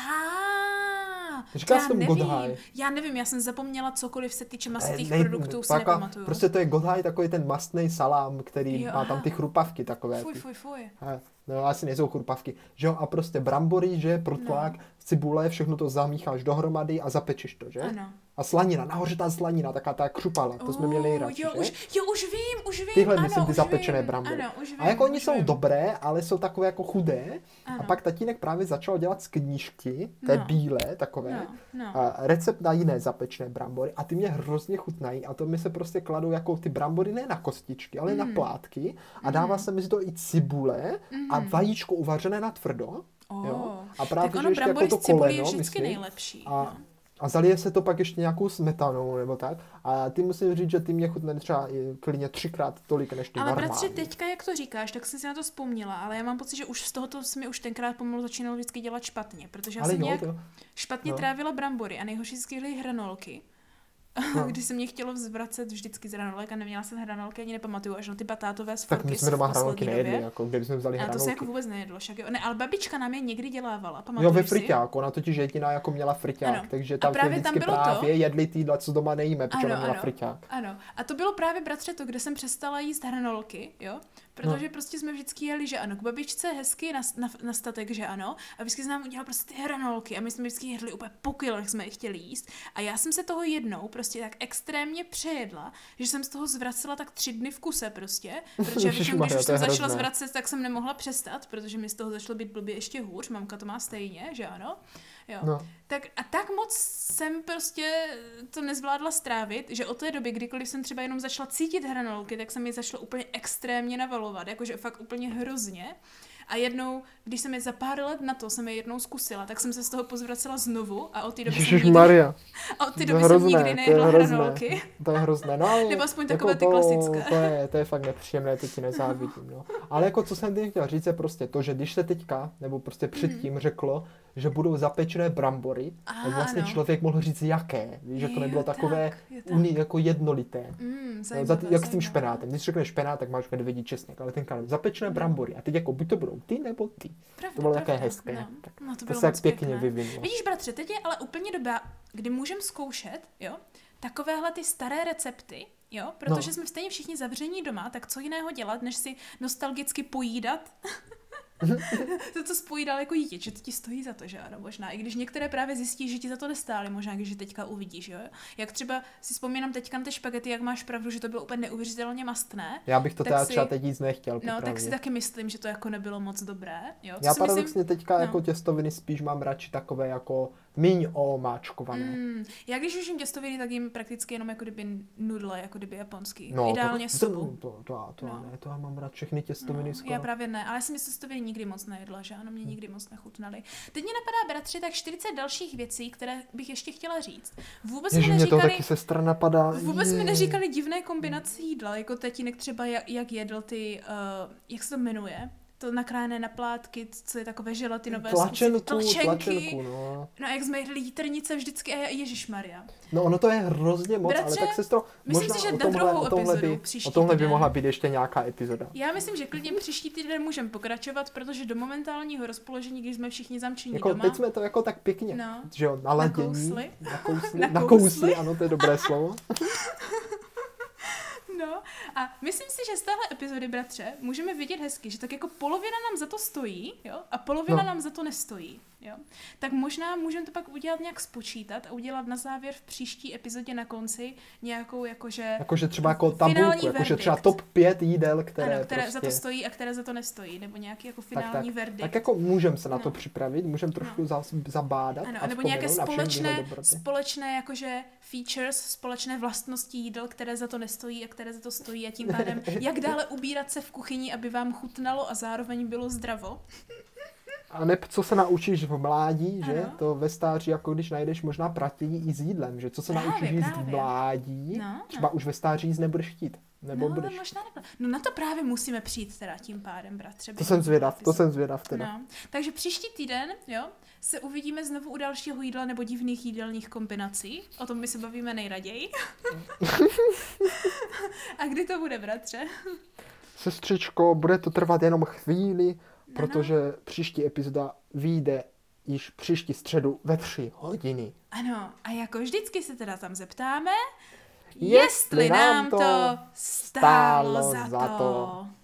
aha. Říkal jsem Godhaj. Já nevím, já jsem zapomněla cokoliv se týče mastných ne, produktů, si nepamatuju. Prostě to je Godhaj, takový ten mastný salám, který jo, má aha. tam ty chrupavky takové. Fuj, fuj, fuj. A, no asi nejsou chrupavky. Že jo, a prostě brambory, že, protlák, no. cibule, všechno to zamícháš dohromady a zapečeš to, že? Ano. A slanina, nahoře ta slanina, taká ta křupala, to jsme měli nejradši, jo, že? Už, jo, už vím, už vím, Tyhle ano, myslím ty už zapečené vím, brambory. Ano, už vím, a jako oni jsou vím. dobré, ale jsou takové jako chudé. Ano. A pak tatínek právě začal dělat z knížky, té no. bílé, takové, no, no. A recept na jiné zapečené brambory a ty mě hrozně chutnají a to mi se prostě kladou jako ty brambory ne na kostičky, ale mm. na plátky a dává mm. se mezi to i cibule mm. a vajíčko uvařené na tvrdo. Oh. Jo? A právě, tak ono že ještě jako to koleno, je vždycky myslím, nejlepší. A, no. a zalije se to pak ještě nějakou smetanou nebo tak. A ty musím říct, že ty mě chutná třeba klidně třikrát tolik než ty ale normální. Ale bratře, teďka, jak to říkáš, tak jsem si na to vzpomněla, ale já mám pocit, že už z tohoto se mi už tenkrát pomalu začínalo vždycky dělat špatně, protože já ale jsem jo, nějak to... špatně no. trávila brambory a nejhorší vždycky byly hranolky. No. Když se mě chtělo vzvracet vždycky z hranolek a neměla jsem hranolky, ani nepamatuju, až na ty batátové z Tak my jsme doma hranolky nejedli, jako kdyby jsme vzali hranolky. A to se jako vůbec nejedlo, však jo. Ne, ale babička nám je někdy dělávala, pamatuju Jo, ve friťáku, ona totiž jediná jako měla friťák, ano. takže tam právě vždycky tam právě to... jedli týdla, co doma nejíme, protože ano, ona měla ano, friťák. Ano, a to bylo právě, bratře, to, kde jsem přestala jíst hranolky, jo, protože no. prostě jsme vždycky jeli, že ano, k babičce hezky na, na, na statek, že ano, a vždycky nám udělala prostě ty hranolky a my jsme vždycky jedli úplně po kilech, jsme je chtěli jíst a já jsem se toho jednou prostě tak extrémně přejedla, že jsem z toho zvracela tak tři dny v kuse prostě, protože většinou, když už jsem začala zvracet, tak jsem nemohla přestat, protože mi z toho začalo být blbě ještě hůř, mamka to má stejně, že ano, jo. No. Tak a tak moc jsem prostě to nezvládla strávit, že od té doby, kdykoliv jsem třeba jenom začala cítit hranolky, tak jsem je začala úplně extrémně navalovat, jakože fakt úplně hrozně. A jednou, když jsem je za pár let na to, jsem je jednou zkusila, tak jsem se z toho pozvracela znovu a od té doby jsem nikdy, a od té doby jsem nikdy nejedla hranolky. To je hrozné, no ale nebo aspoň takové jako ty klasické. To, to, je, to je fakt nepříjemné, to ti nezávidím, no. Ale jako co jsem teď chtěl říct je prostě to, že když se teďka, nebo prostě předtím mm. řeklo, že budou zapečené brambory, ah, tak vlastně no. člověk mohl říct jaké, víš, že to nebylo tak, takové uni, jako jednolité. Mm, zajímavé, no, za ty, jak s tím špenátem. Když řekneš špenát, tak máš medvědí česnek, ale ten kanál zapečené mm. brambory. A teď jako buď to budou ty nebo ty. Pravda, to bylo pravda, také hezké. No. Tak no, to, to se tak pěkně vyvinulo. Vidíš, bratře, teď je ale úplně doba, kdy můžeme zkoušet, jo, takovéhle ty staré recepty, jo, protože no. jsme stejně všichni zavření doma, tak co jiného dělat, než si nostalgicky pojídat to, co spojídal jako dítě, že to ti stojí za to, že ano, možná. I když některé právě zjistí, že ti za to nestály, možná, když je teďka uvidíš, jo. Jak třeba si vzpomínám teďka na ty špagety, jak máš pravdu, že to bylo úplně neuvěřitelně mastné. Já bych to teda si, třeba teď nic nechtěl. No, popravdě. Tak si taky myslím, že to jako nebylo moc dobré. Jo? Já paradoxně myslím, teďka no. jako těstoviny spíš mám radši takové jako míň omáčkované. Mm, já když už jim těstoviny, tak jim prakticky jenom jako kdyby nudle, jako kdyby japonský. No, ideálně to, supu. To, to, to, to no. ne, to já mám rád všechny těstoviny no, skoro. Já právě ne, ale já jsem těstoviny nikdy moc nejedla, že ano, mě nikdy moc nechutnaly. Teď mě napadá, bratři, tak čtyřicet dalších věcí, které bych ještě chtěla říct. Vůbec Ježi, mi neříkali, mě to taky sestra napadá. Vůbec mi neříkali divné kombinace jídla, jako tatínek třeba jak, jak jedl ty, uh, jak se to jmenuje, to nakrájené na plátky, co je takové želatinové. Tlačenku, tlačenky. tlačenku, no. No a jak jsme jedli lítrnice vždycky a ježišmarja. No ono to je hrozně moc, Bratře, ale tak sestro, myslím možná si, že o na tomhle, druhou o tomhle epizodu by, příští o tomhle by týden. mohla být ještě nějaká epizoda. Já myslím, že klidně příští týden můžeme pokračovat, protože do momentálního rozpoložení, když jsme všichni zamčení jako, doma. Teď jsme to jako tak pěkně, no, že jo, naladění. Nakousli. Nakousli. Nakousli. Nakousli, ano, to je dobré slovo. No a myslím si, že z téhle epizody, bratře, můžeme vidět hezky, že tak jako polovina nám za to stojí, jo, a polovina no. nám za to nestojí, jo. Tak možná můžeme to pak udělat nějak spočítat a udělat na závěr v příští epizodě na konci nějakou jakože... Jakože třeba jako tabulku, jakože třeba top pět jídel, které, ano, které prostě... za to stojí a které za to nestojí, nebo nějaký jako finální tak, tak, verdikt. Tak jako můžeme se na to no. připravit, můžeme trošku no. za, zabádat ano, a nebo nějaké společné, dobroty. společné jakože features, společné vlastnosti jídel, které za to nestojí a které za to stojí a tím pádem, jak dále ubírat se v kuchyni, aby vám chutnalo a zároveň bylo zdravo. A neb co se naučíš v mládí, že? Ano. To ve stáří, jako když najdeš možná pratění i s jídlem, že? Co se právě, naučíš jíst právě. v mládí, no, třeba no. už ve stáří jíst nebudeš chtít. Nebo no, budeš. možná nebylo. No na to právě musíme přijít teda tím pádem, bratře. To jsem zvědav, to jsem zvědav teda. No. Takže příští týden, jo, se uvidíme znovu u dalšího jídla nebo divných jídelních kombinací. O tom my se bavíme nejraději. A kdy to bude, bratře? Sestřičko, bude to trvat jenom chvíli, no, protože no. příští epizoda vyjde již příští středu ve tři hodiny. Ano, a jako vždycky se teda tam zeptáme, jestli, jestli nám to stálo za to. Za to.